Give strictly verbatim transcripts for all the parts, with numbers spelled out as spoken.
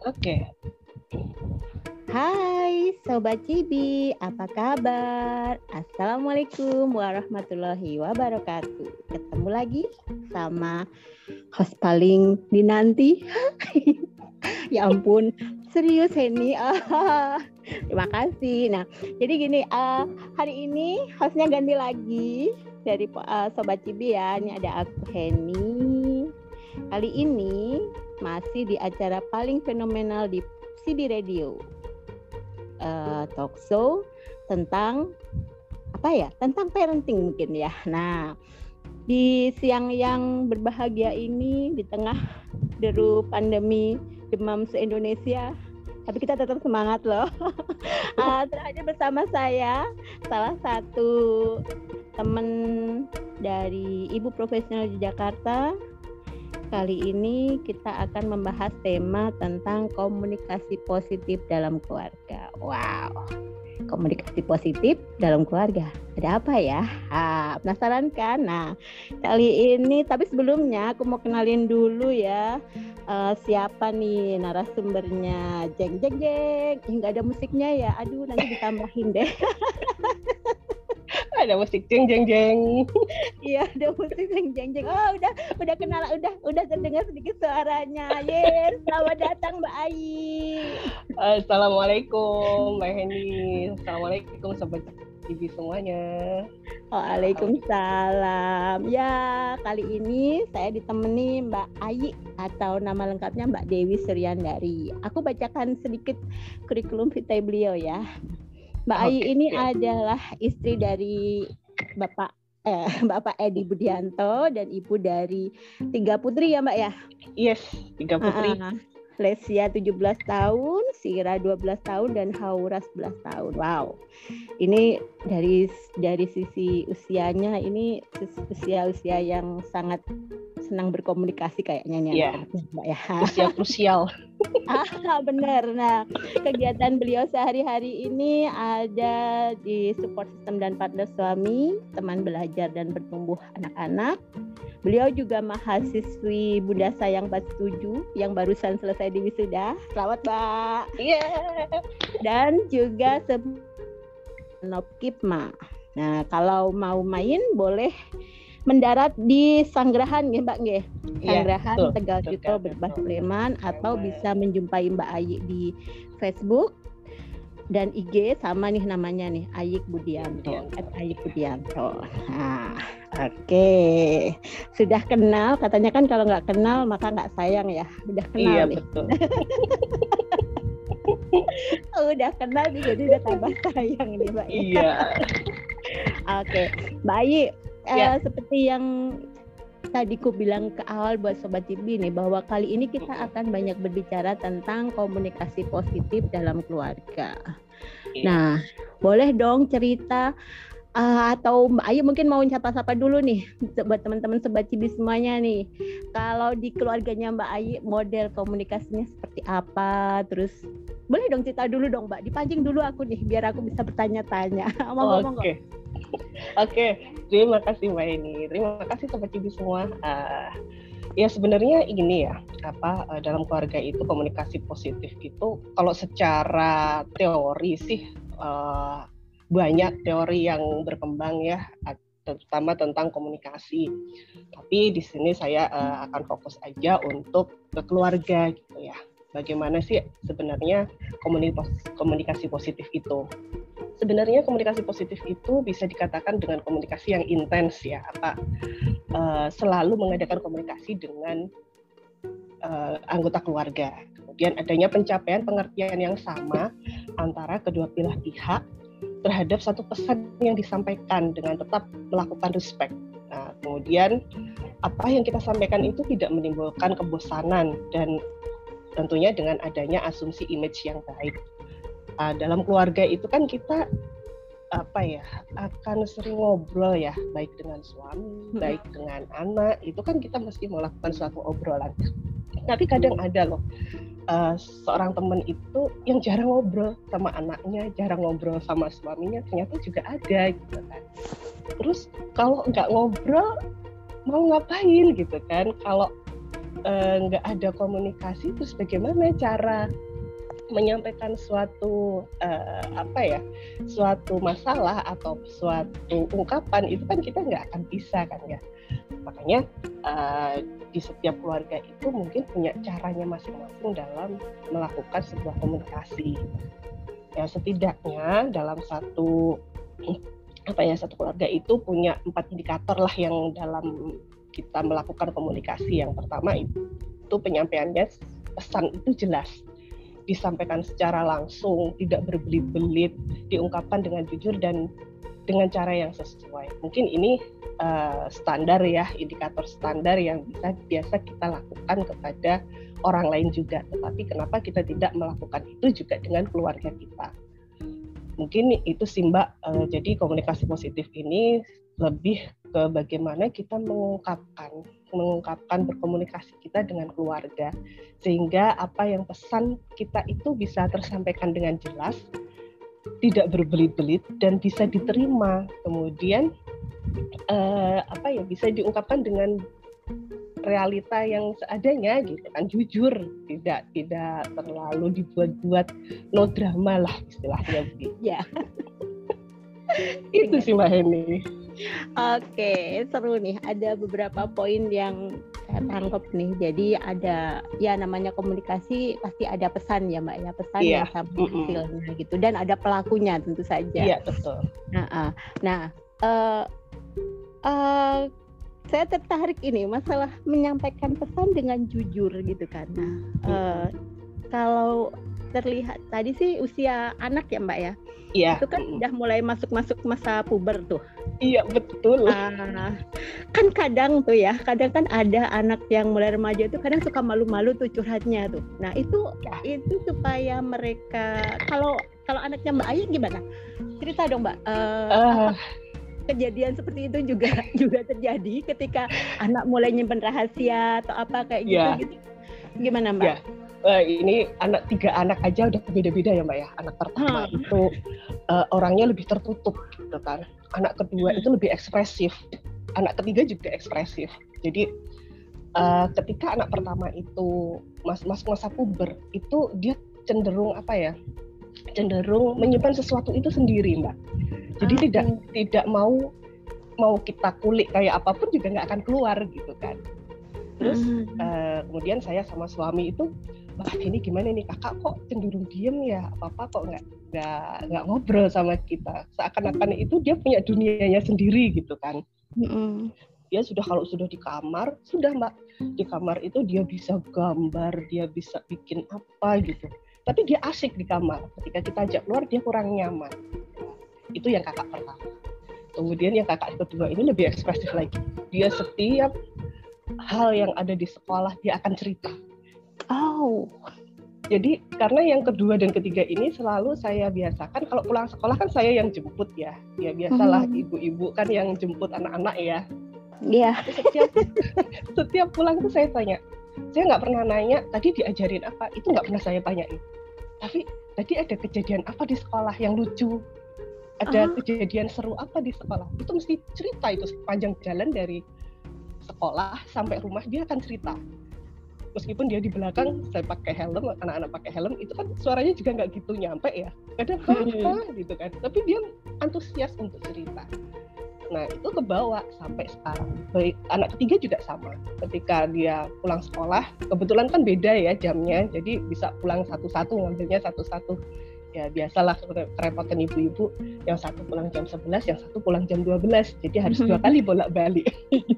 Oke. Hai Sobat Cibi, apa kabar? Assalamualaikum warahmatullahi wabarakatuh. Ketemu lagi sama host paling dinanti. Ya ampun, serius Henny. Ah, terima kasih. Nah, jadi gini, uh, hari ini hostnya ganti lagi dari uh, Sobat Cibi ya. Ini ada aku Henny. Kali ini masih di acara paling fenomenal di C B Radio. Uh, talk show tentang apa ya? Tentang parenting mungkin ya. Nah, di siang yang berbahagia ini di tengah deru pandemi demam se-Indonesia, tapi kita tetap semangat loh. uh, terakhir bersama saya salah satu teman dari Ibu Profesional di Jakarta. Kali ini kita akan membahas tema tentang komunikasi positif dalam keluarga. Wow, komunikasi positif dalam keluarga. Ada apa ya? Ah, penasaran kan? Nah, kali ini, tapi sebelumnya aku mau kenalin dulu ya. Uh, siapa nih narasumbernya? Jeng jeng jeng. Nggak ada musiknya ya? Aduh, nanti ditambahin deh. Ada musik jeng jeng jeng. Iya, ada musik jeng jeng jeng. Oh, udah udah kenal, udah udah terdengar sedikit suaranya. Yes, selamat datang Mbak Ayi. Assalamualaikum Mbak Henny. Assalamualaikum Sobat Cibi semuanya. Waalaikumsalam. Ya, kali ini saya ditemani Mbak Ayi atau nama lengkapnya Mbak Dewi Suryandari. Aku bacakan sedikit kurikulum vitae beliau ya. Mbak Ayi okay, ini okay. adalah istri dari Bapak eh, Bapak Edi Budianto dan ibu dari tiga putri ya Mbak ya? Yes, tiga putri. Uh-uh. Lesia tujuh belas tahun, Sira dua belas tahun, dan Haura sebelas tahun. Wow, ini dari dari sisi usianya ini usia-usia yang sangat senang berkomunikasi kayaknya nih yeah. Mbak ya. Usia krusial. Ah, benar. Nah, kegiatan beliau sehari-hari ini ada di support system dan partner suami, teman belajar dan bertumbuh anak-anak. Beliau juga mahasiswi Bunda Sayang empat puluh tujuh yang barusan selesai di wisuda. Selamat, Mbak. Iya. Yeah. Dan juga Nopkipma. Nah, kalau mau main boleh mendarat di Sanggrahan ya Mbak nggih. Sanggrahan ya, Tegal Juto Berbah Sleman, atau bisa menjumpai Mbak Ayi di Facebook dan I G sama nih namanya nih Ayik Budianto, at Ayik Budianto. Nah, oke. Okay. Sudah kenal, katanya kan kalau nggak kenal maka nggak sayang ya. Udah kenal iya, nih. Betul. Udah kenal jadi udah tambah sayang nih Mbak. Iya. Oke, okay. Mbak Ayi, ya. Uh, seperti yang tadi ku bilang ke awal buat Sobat Cibi nih, bahwa kali ini kita akan banyak berbicara tentang komunikasi positif dalam keluarga. Ya. Nah, boleh dong cerita uh, atau Mbak Ayu mungkin mau sapa-sapa dulu nih buat teman-teman Sobat Cibi semuanya nih. Kalau di keluarganya Mbak Ayu model komunikasinya seperti apa? Terus boleh dong cerita dulu dong Mbak, dipancing dulu aku nih biar aku bisa bertanya-tanya. Ngomong-ngomong Oke. Oke, terima kasih Mbak Eni. Terima kasih Sobat Cibi semua. Uh, ya sebenarnya ini ya, apa uh, dalam keluarga itu komunikasi positif itu kalau secara teori sih uh, banyak teori yang berkembang ya, terutama tentang komunikasi. Tapi di sini saya uh, akan fokus aja untuk ke keluarga gitu ya. Bagaimana sih sebenarnya komunikasi positif itu? Sebenarnya komunikasi positif itu bisa dikatakan dengan komunikasi yang intens ya, apa uh, selalu mengadakan komunikasi dengan uh, anggota keluarga. Kemudian adanya pencapaian pengertian yang sama antara kedua belah pihak terhadap satu pesan yang disampaikan dengan tetap melakukan respect. Nah, kemudian apa yang kita sampaikan itu tidak menimbulkan kebosanan dan tentunya dengan adanya asumsi image yang baik. Uh, dalam keluarga itu kan kita apa ya akan sering ngobrol ya, baik dengan suami, baik dengan anak, itu kan kita mesti melakukan suatu obrolan. Tapi kadang ada loh uh, seorang teman itu yang jarang ngobrol sama anaknya, jarang ngobrol sama suaminya, ternyata juga ada gitu kan. Terus kalau nggak ngobrol mau ngapain gitu kan? Kalau nggak uh, ada komunikasi, terus bagaimana cara menyampaikan suatu uh, apa ya, suatu masalah atau suatu ungkapan itu kan kita nggak akan bisa kan ya. Makanya uh, di setiap keluarga itu mungkin punya caranya masing-masing dalam melakukan sebuah komunikasi. Ya setidaknya dalam satu apa ya satu keluarga itu punya empat indikator lah yang dalam kita melakukan komunikasi. Yang pertama itu, itu penyampaiannya pesan itu jelas, disampaikan secara langsung, tidak berbelit-belit, diungkapkan dengan jujur dan dengan cara yang sesuai. Mungkin ini uh, standar ya, indikator standar yang bisa biasa kita lakukan kepada orang lain juga. Tetapi kenapa kita tidak melakukan itu juga dengan keluarga kita? Mungkin itu sih Mbak. Uh, jadi komunikasi positif ini lebih ke bagaimana kita mengungkapkan, mengungkapkan berkomunikasi kita dengan keluarga, sehingga apa yang pesan kita itu bisa tersampaikan dengan jelas, tidak berbelit-belit dan bisa diterima. Kemudian uh, apa ya bisa diungkapkan dengan realita yang seadanya gitu kan, jujur, tidak tidak terlalu dibuat-buat, no drama lah istilahnya begitu. Ya. Itu sih Mbak Heni. Oke, seru nih. Ada beberapa poin yang saya tangkap nih. Jadi ada ya namanya komunikasi pasti ada pesan ya Mbak ya, pesan Iya. yang sama hasilnya gitu. Dan ada pelakunya tentu saja. Iya betul. Nah, uh, nah uh, uh, saya tertarik ini masalah menyampaikan pesan dengan jujur gitu kan. Nah, uh, kalau terlihat tadi sih usia anak ya Mbak ya. Iya. Itu kan udah mulai masuk-masuk masa puber tuh. Iya betul. Nah, kan kadang tuh ya, kadang kan ada anak yang mulai remaja itu kadang suka malu-malu tuh curhatnya tuh. Nah itu ya. Itu supaya mereka kalau kalau anaknya Mbak Ayu gimana? Cerita dong Mbak. Uh, uh. Kejadian seperti itu juga juga terjadi ketika anak mulai nyimpen rahasia atau apa kayak gitu ya. gitu. Gimana Mbak? Ya. Uh, ini anak tiga anak aja udah beda-beda ya Mbak ya. Anak pertama hmm. itu uh, orangnya lebih tertutup gitu kan. Anak kedua hmm. itu lebih ekspresif. Anak ketiga juga ekspresif. Jadi uh, ketika anak pertama itu mas mas masa puber itu dia cenderung apa ya? Cenderung menyimpan sesuatu itu sendiri Mbak. Jadi okay. tidak tidak mau mau kita kulik kayak apapun juga nggak akan keluar gitu kan. Terus hmm. uh, kemudian saya sama suami itu, bah ini gimana nih kakak kok cenderung diem ya, apa-apa kok nggak nggak nggak ngobrol sama kita, seakan-akan itu dia punya dunianya sendiri gitu kan. Mm-hmm. Dia sudah kalau sudah di kamar, sudah Mbak, di kamar itu dia bisa gambar, dia bisa bikin apa gitu, tapi dia asik di kamar. Ketika kita ajak keluar dia kurang nyaman. Itu yang kakak pertama. Kemudian yang kakak kedua ini lebih ekspresif lagi, dia setiap hal yang ada di sekolah dia akan cerita. Oh, jadi karena yang kedua dan ketiga ini selalu saya biasakan kalau pulang sekolah kan saya yang jemput ya. Ya biasalah mm-hmm. ibu-ibu kan yang jemput anak-anak ya. Iya. Yeah. Setiap setiap pulang tuh saya tanya. Saya nggak pernah nanya tadi diajarin apa, itu nggak pernah saya tanyain. Tapi tadi ada kejadian apa di sekolah yang lucu, ada uh-huh. kejadian seru apa di sekolah. Itu mesti cerita itu sepanjang jalan dari sekolah sampai rumah dia akan cerita. Meskipun dia di belakang saya pakai helm, anak-anak pakai helm, itu kan suaranya juga nggak gitu nyampe ya. Kadang apa gitu kan. Tapi dia antusias untuk cerita. Nah itu kebawa sampai sekarang. Baik, anak ketiga juga sama. Ketika dia pulang sekolah, kebetulan kan beda ya jamnya, jadi bisa pulang satu-satu, ngambilnya satu-satu. Ya biasalah kerepotan ibu-ibu, yang satu pulang jam sebelas, yang satu pulang jam dua belas. Jadi harus dua kali bolak-balik.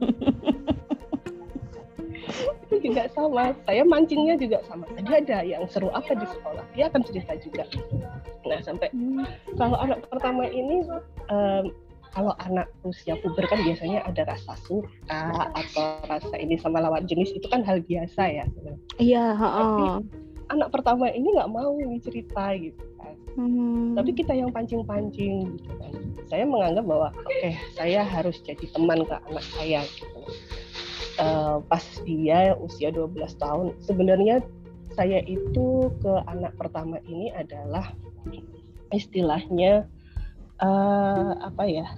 Itu juga sama, saya mancingnya juga sama. Tadi ada yang seru apa di sekolah, dia akan cerita juga. Nah sampai kalau anak pertama ini, um, kalau anak usia puber kan biasanya ada rasa suka atau rasa ini sama lawan jenis, itu kan hal biasa ya. Iya. Tapi anak pertama ini nggak mau nih cerita gitu kan. Hmm. Tapi kita yang pancing-pancing gitu kan. Saya menganggap bahwa oke, okay, saya harus jadi teman ke anak saya gitu. Uh, pas dia usia dua belas tahun, sebenarnya saya itu ke anak pertama ini adalah istilahnya uh, apa ya,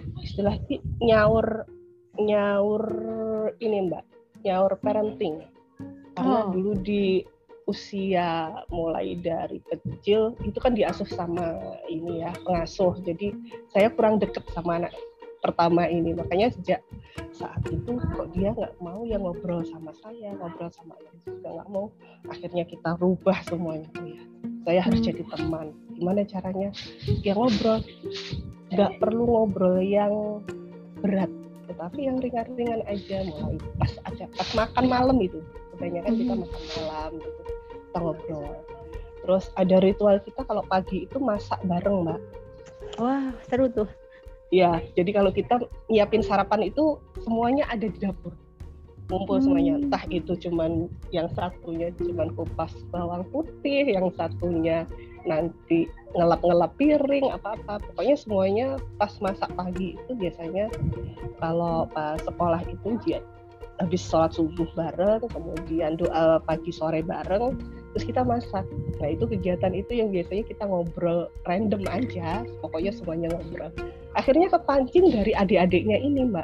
istilahnya nyaur nyaur ini Mbak, nyaur parenting. Karena Oh. dulu di usia mulai dari kecil itu kan diasuh sama ini ya pengasuh, jadi saya kurang deket sama anak pertama ini, makanya sejak saat itu kok dia nggak mau ya ngobrol sama saya, ngobrol sama ayah juga nggak mau. Akhirnya kita rubah semuanya, oh ya saya harus jadi teman. Gimana caranya? Ya ngobrol, nggak perlu ngobrol yang berat, tetapi yang ringan-ringan aja, mulai pas ada pas makan malam itu, kebanyakan kita makan malam gitu, kita ngobrol. Terus ada ritual kita kalau pagi itu masak bareng, Mbak. Wah, seru tuh. Ya, jadi kalau kita nyiapin sarapan itu semuanya ada di dapur, ngumpul Hmm. semuanya. Entah itu cuman yang satunya cuman kupas bawang putih, yang satunya nanti ngelap-ngelap piring apa-apa. Pokoknya semuanya pas masak pagi itu biasanya kalau pas sekolah itu dia habis sholat subuh bareng, kemudian doa pagi sore bareng, terus kita masak. Nah itu kegiatan itu yang biasanya kita ngobrol random aja, pokoknya semuanya ngobrol. Akhirnya kepancing dari adik-adiknya ini, Mbak.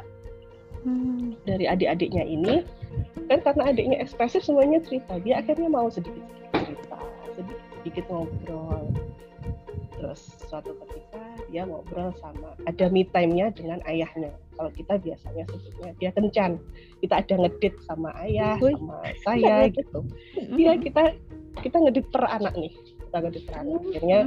Hmm. Dari adik-adiknya ini, kan karena adiknya ekspresif semuanya cerita, dia akhirnya mau sedikit-sedikit cerita, sedikit-sedikit ngobrol. Terus suatu ketika dia ngobrol sama, ada me time-nya dengan ayahnya. Kalau kita biasanya sebutnya dia kencan. Kita ada ngedit sama ayah, Wih. sama saya gitu. Iya, kita kita ngedit per anak nih. Kita ngedit per anak. Akhirnya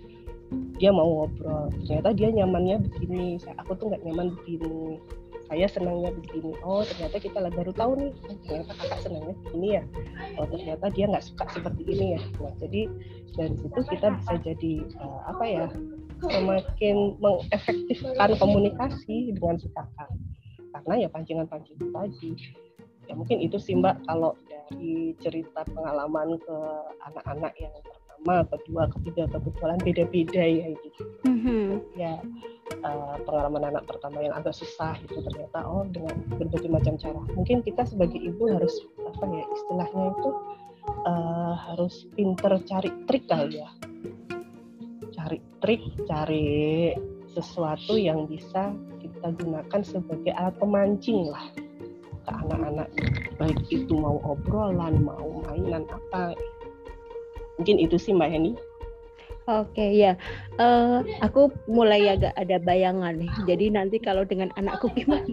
dia mau ngobrol. Ternyata dia nyamannya begini. Saya, aku tuh nggak nyaman begini. Saya senangnya begini. Oh, ternyata kita baru tahu nih. Oh, ternyata kakak senangnya begini ya. Oh, ternyata dia nggak suka seperti ini ya. Nah, jadi dari situ kita bisa jadi uh, apa ya? Semakin mengefektifkan komunikasi dengan si kakak. Karena ya pancingan-pancingan tadi. Ya mungkin itu sih Mbak kalau dari cerita pengalaman ke anak-anak yang pertama, kedua, ketiga, kebetulan beda-beda ya itu. Mm-hmm. Ya uh, pengalaman anak pertama yang agak susah itu ternyata oh dengan berbagai macam cara. Mungkin kita sebagai ibu harus apa ya istilahnya itu uh, harus pinter cari trik kali ya. Cari trik, cari sesuatu yang bisa kita gunakan sebagai alat pemancing lah ke anak-anak, baik itu mau obrolan, mau mainan apa. Mungkin itu sih Mbak Heni. Oke ya, uh, aku mulai agak ada bayangan nih. Jadi nanti kalau dengan anakku gimana?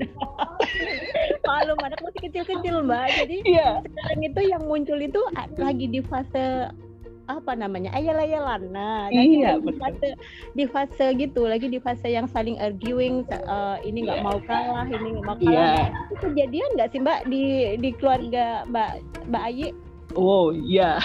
Maklum anak masih kecil-kecil Mbak. Jadi yeah. Sekarang itu yang muncul itu lagi di fase apa namanya ayal-ayalan. Nah, iya, di fase di fase gitu, lagi di fase yang saling arguing, uh, ini nggak yeah. mau kalah, ini nggak mau kalah. Yeah. Itu kejadian nggak sih Mbak di di keluarga Mbak Mbak Ayi? Oh iya.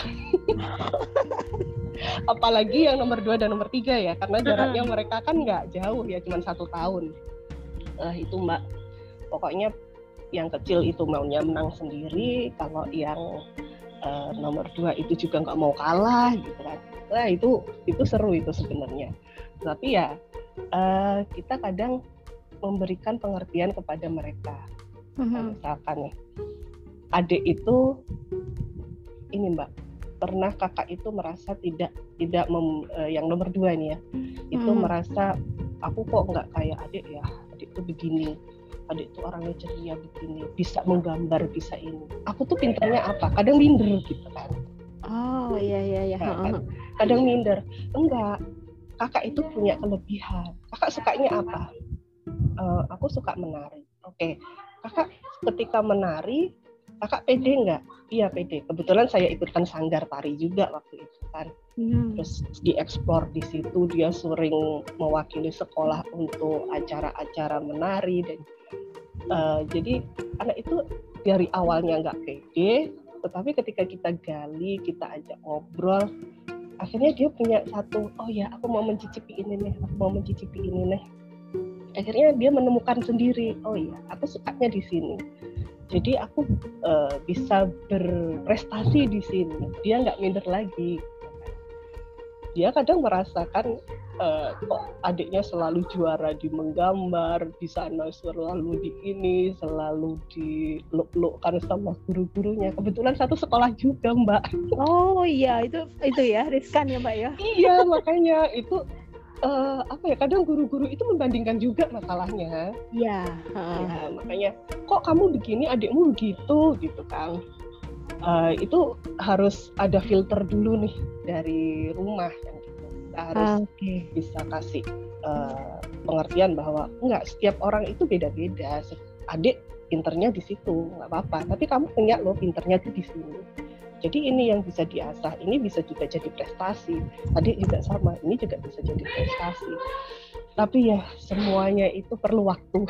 Apalagi yang nomor dua dan nomor tiga ya, karena jaraknya uh-huh. mereka kan nggak jauh ya, cuma satu tahun. Uh, itu Mbak, pokoknya yang kecil itu maunya menang sendiri, kalau yang Uh, nomor dua itu juga nggak mau kalah gitu kan. Nah itu itu seru itu sebenarnya. Tapi ya uh, kita kadang memberikan pengertian kepada mereka. Uh-huh. Misalkan nih, adik itu ini Mbak, pernah kakak itu merasa tidak tidak mem, uh, yang nomor dua nih ya, itu uh-huh. merasa aku kok nggak kayak adik ya, adik itu begini. Adik itu orangnya ceria begini, bisa menggambar, bisa ini. Aku tuh pinternya apa? Kadang minder gitu kan. Oh iya iya iya. Nah, kan? Kadang minder. Enggak. Kakak itu punya kelebihan. Kakak sukanya apa? Uh, aku suka menari. Oke. Okay. Kakak ketika menari, kakak pede enggak? Iya pede. Kebetulan saya ikutkan sanggar tari juga waktu itu kan. Hmm. Terus dieksplor di situ, dia sering mewakili sekolah untuk acara-acara menari dan Uh, jadi anak itu dari awalnya nggak pede, tetapi ketika kita gali, kita ajak ngobrol, akhirnya dia punya satu, oh ya aku mau mencicipi ini nih, aku mau mencicipi ini nih. Akhirnya dia menemukan sendiri, oh ya aku sukanya di sini. Jadi aku uh, bisa berprestasi di sini. Dia nggak minder lagi. Dia kadang merasakan uh, kok adiknya selalu juara di menggambar, di sana selalu di ini, selalu diluk-lukkan sama guru-gurunya. Kebetulan satu sekolah juga Mbak. Oh iya, itu itu ya riskan ya Mbak ya. Iya makanya itu uh, apa ya kadang guru-guru itu membandingkan juga masalahnya. Iya. Uh. Ya, makanya kok kamu begini adikmu begitu gitu kan. uh, itu harus ada filter dulu nih dari rumah yang gitu. Kita harus Ah, oke. bisa kasih uh, pengertian bahwa enggak, setiap orang itu beda-beda. Adik pinternya di situ, nggak apa-apa. Tapi kamu punya loh pinternya tuh di sini. Jadi ini yang bisa diasah, ini bisa juga jadi prestasi. Adik juga sama, ini juga bisa jadi prestasi. Tapi ya semuanya itu perlu waktu.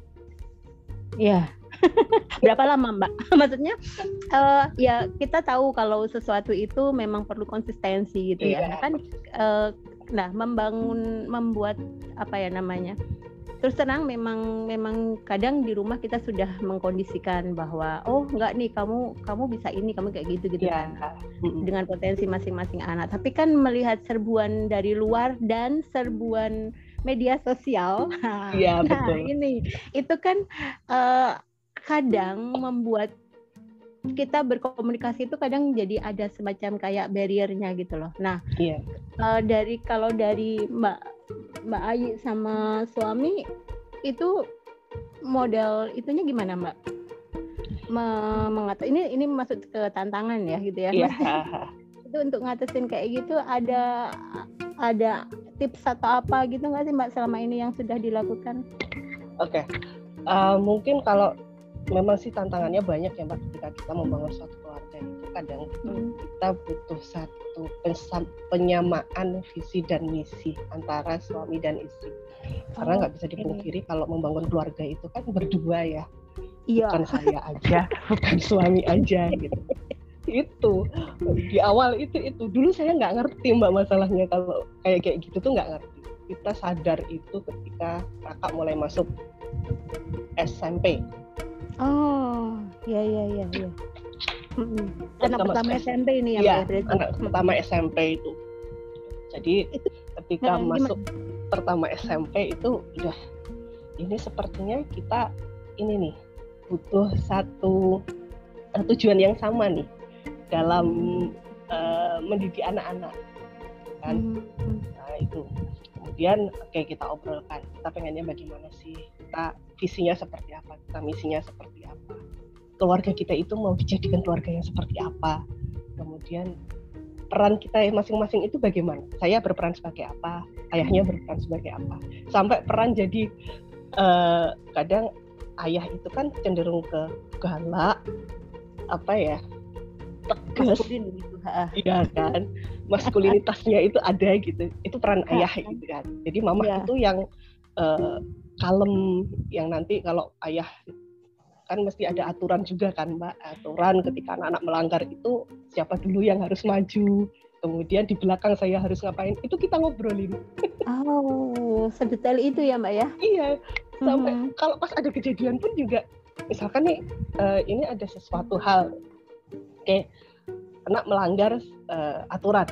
Iya. Berapa lama Mbak? Maksudnya uh, ya kita tahu kalau sesuatu itu memang perlu konsistensi gitu ya. Iya. Kan uh, nah membangun membuat apa ya namanya? Terus terang memang memang kadang di rumah kita sudah mengkondisikan bahwa oh enggak nih kamu kamu bisa ini, kamu kayak gitu gitu Ya. kan. Dengan potensi masing-masing anak. Tapi kan melihat serbuan dari luar dan serbuan media sosial. Iya, nah, betul. ini itu kan uh, kadang membuat kita berkomunikasi itu kadang jadi ada semacam kayak barriernya gitu loh. Nah, iya. uh, dari kalau dari Mbak Mbak Ayi sama suami itu model itunya gimana Mbak? Mengatur ini ini masuk ke tantangan ya gitu ya. Iya. Itu untuk ngatasin kayak gitu ada ada tips atau apa gitu nggak sih Mbak selama ini yang sudah dilakukan? Oke, okay. uh, mungkin kalau memang sih tantangannya banyak ya Mbak ketika kita membangun suatu keluarga itu kadang itu hmm. kita butuh satu penyamaan visi dan misi antara suami dan istri. Karena nggak oh, bisa dipungkiri okay. kalau membangun keluarga itu kan berdua ya, iya. bukan saya aja, bukan suami aja gitu. Itu di awal itu itu dulu saya nggak ngerti Mbak masalahnya kalau kayak kayak gitu tuh nggak ngerti. Kita sadar itu ketika kakak mulai masuk S M P. Oh, ya ya ya ya. Anak pertama S M P ini ya, ya Mbak? Anak pertama S M P itu. Jadi itu, ketika nah, masuk gimana? Pertama S M P itu udah ini sepertinya kita ini nih butuh satu uh, tujuan yang sama nih dalam uh, mendidik anak-anak kan. Hmm. Nah itu. Kemudian oke okay, kita obrolkan, kita pengennya bagaimana sih, kita visinya seperti apa, kita misinya seperti apa, keluarga kita itu mau dijadikan keluarga yang seperti apa, kemudian peran kita masing-masing itu bagaimana, saya berperan sebagai apa, ayahnya berperan sebagai apa, sampai peran jadi uh, kadang ayah itu kan cenderung ke galak, apa ya, tegas, iya kan, maskulinitasnya itu ada gitu, itu peran ayah gitu kan. Jadi mama ya. Itu yang uh, kalem, yang nanti kalau ayah kan mesti ada aturan juga kan Mbak, aturan ketika anak-anak melanggar itu siapa dulu yang harus maju, kemudian di belakang saya harus ngapain, itu kita ngobrolin. Oh, sedetail itu ya Mbak ya? Iya, sampai hmm. kalau pas ada kejadian pun juga, misalkan nih uh, ini ada sesuatu hal, oke. Okay, anak melanggar uh, aturan.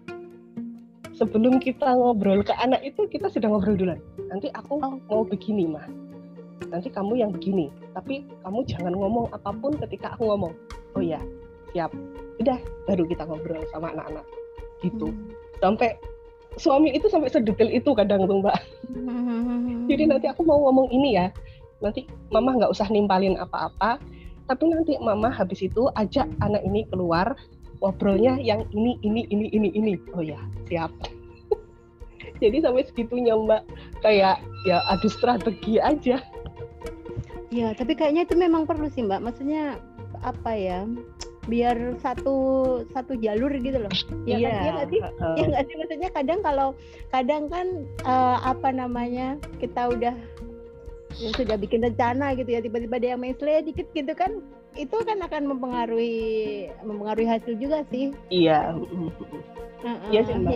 Sebelum kita ngobrol ke anak itu, kita sudah ngobrol duluan. Nanti aku oh. mau begini, Mah. Nanti kamu yang begini. Tapi kamu jangan ngomong apapun ketika aku ngomong. Oh ya, siap. Udah, baru kita ngobrol sama anak-anak. Gitu. Hmm. Sampai suami itu sampai sedetail itu kadang tuh, Mbak. Hmm. Jadi nanti aku mau ngomong ini ya. Nanti Mama nggak usah nimpalin apa-apa. Tapi nanti Mama habis itu ajak anak ini keluar. Ngobrolnya yang ini, ini, ini, ini, ini. Oh ya, siap. Jadi sampai segitunya Mbak, kayak ya adu strategi aja. Ya, tapi kayaknya itu memang perlu sih Mbak. Maksudnya apa ya? Biar satu satu jalur gitu loh. Ya iya. Kan, ya nggak sih? Uh, ya nggak sih? Maksudnya kadang kalau kadang kan uh, apa namanya kita udah yang sudah bikin rencana gitu ya, tiba-tiba ada yang mesle dikit gitu kan, itu kan akan mempengaruhi mempengaruhi hasil juga sih. Iya. Iya sih Mbak.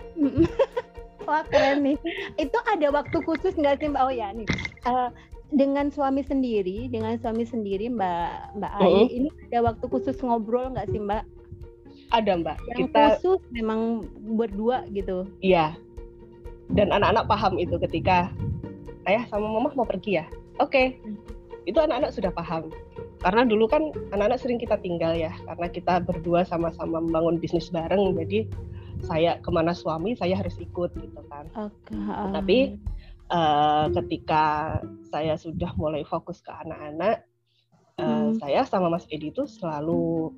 Wah keren nih. Itu ada waktu khusus nggak sih Mbak? Oh ya nih. Uh, dengan suami sendiri, dengan suami sendiri Mbak Mbak Ayi, uh-huh. ini ada waktu khusus ngobrol nggak sih Mbak? Ada Mbak. Yang kita khusus memang berdua gitu. Iya. Dan anak-anak paham itu ketika ayah sama mama mau pergi ya. Oke. Okay. Itu anak-anak sudah paham. Karena dulu kan anak-anak sering kita tinggal ya, karena kita berdua sama-sama membangun bisnis bareng, jadi saya kemana suami saya harus ikut gitu kan. Okay. Tapi uh, ketika saya sudah mulai fokus ke anak-anak, uh, hmm. saya sama Mas Edi itu selalu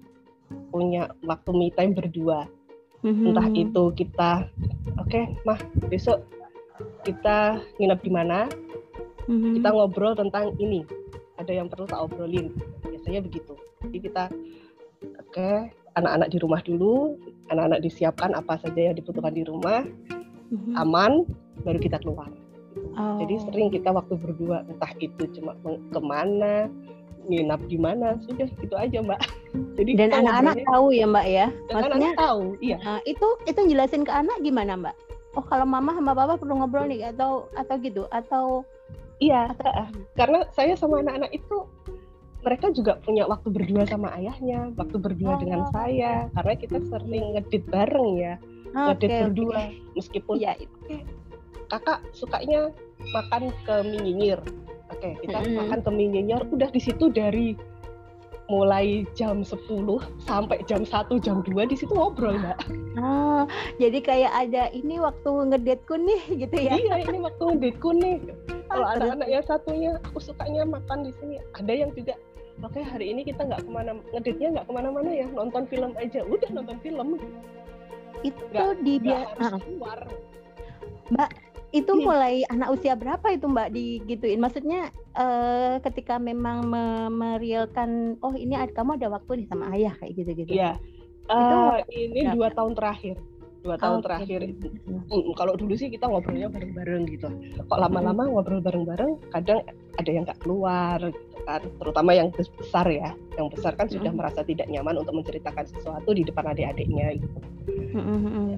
punya waktu me time berdua. Mm-hmm. Entah itu kita, oke, okay, Mah, besok kita nginep di mana? Mm-hmm. Kita ngobrol tentang ini. Ada yang perlu tak obrolin. Biasanya begitu. Jadi kita, oke, okay, anak-anak di rumah dulu, anak-anak disiapkan apa saja yang dibutuhkan di rumah, mm-hmm. aman, baru kita keluar. Oh. Jadi sering kita waktu berdua, entah itu cuma kemana, nginap di mana, sudah gitu aja Mbak. Jadi dan anak-anak tahu ya Mbak ya. Dan maksudnya anak tahu, iya. Uh, itu itu jelasin ke anak gimana Mbak? Oh kalau mama sama papa perlu ngobrol nih atau atau gitu atau iya, atau... karena saya sama anak-anak itu mereka juga punya waktu berdua sama ayahnya, waktu berdua oh. dengan saya, karena kita sering ngedit bareng ya, okay, ngedit berdua, okay. meskipun ya, okay, kakak sukanya makan ke mie nyinyir, oke okay, kita mm-hmm. makan ke mie nyinyir, udah di situ dari mulai jam sepuluh sampai jam satu, jam dua di situ ngobrol Mbak. Oh, jadi kayak ada ini waktu ngedetku nih gitu ya? Iya, ini waktu ngedetku nih. Kalau anak-anak yang satunya, aku sukanya makan di sini. Ada yang juga, oke okay, hari ini kita nggak kemana, ngedetnya nggak kemana-mana ya, nonton film aja. Udah nonton film. Itu gak, di dia harus keluar. Mbak, itu hmm. mulai anak usia berapa itu Mbak digituin? Maksudnya uh, ketika memang me- merealkan, oh ini ada, kamu ada waktu nih sama ayah kayak gitu-gitu. Iya. Uh, ini berapa? dua tahun terakhir. Dua tahun oh, terakhir. Okay. Mm, kalau dulu sih kita ngobrolnya bareng-bareng gitu. Kok lama-lama hmm. ngobrol bareng-bareng, kadang ada yang nggak keluar gitu kan. Terutama yang besar ya. Yang besar kan hmm. sudah merasa tidak nyaman untuk menceritakan sesuatu di depan adik-adiknya gitu. Hmm.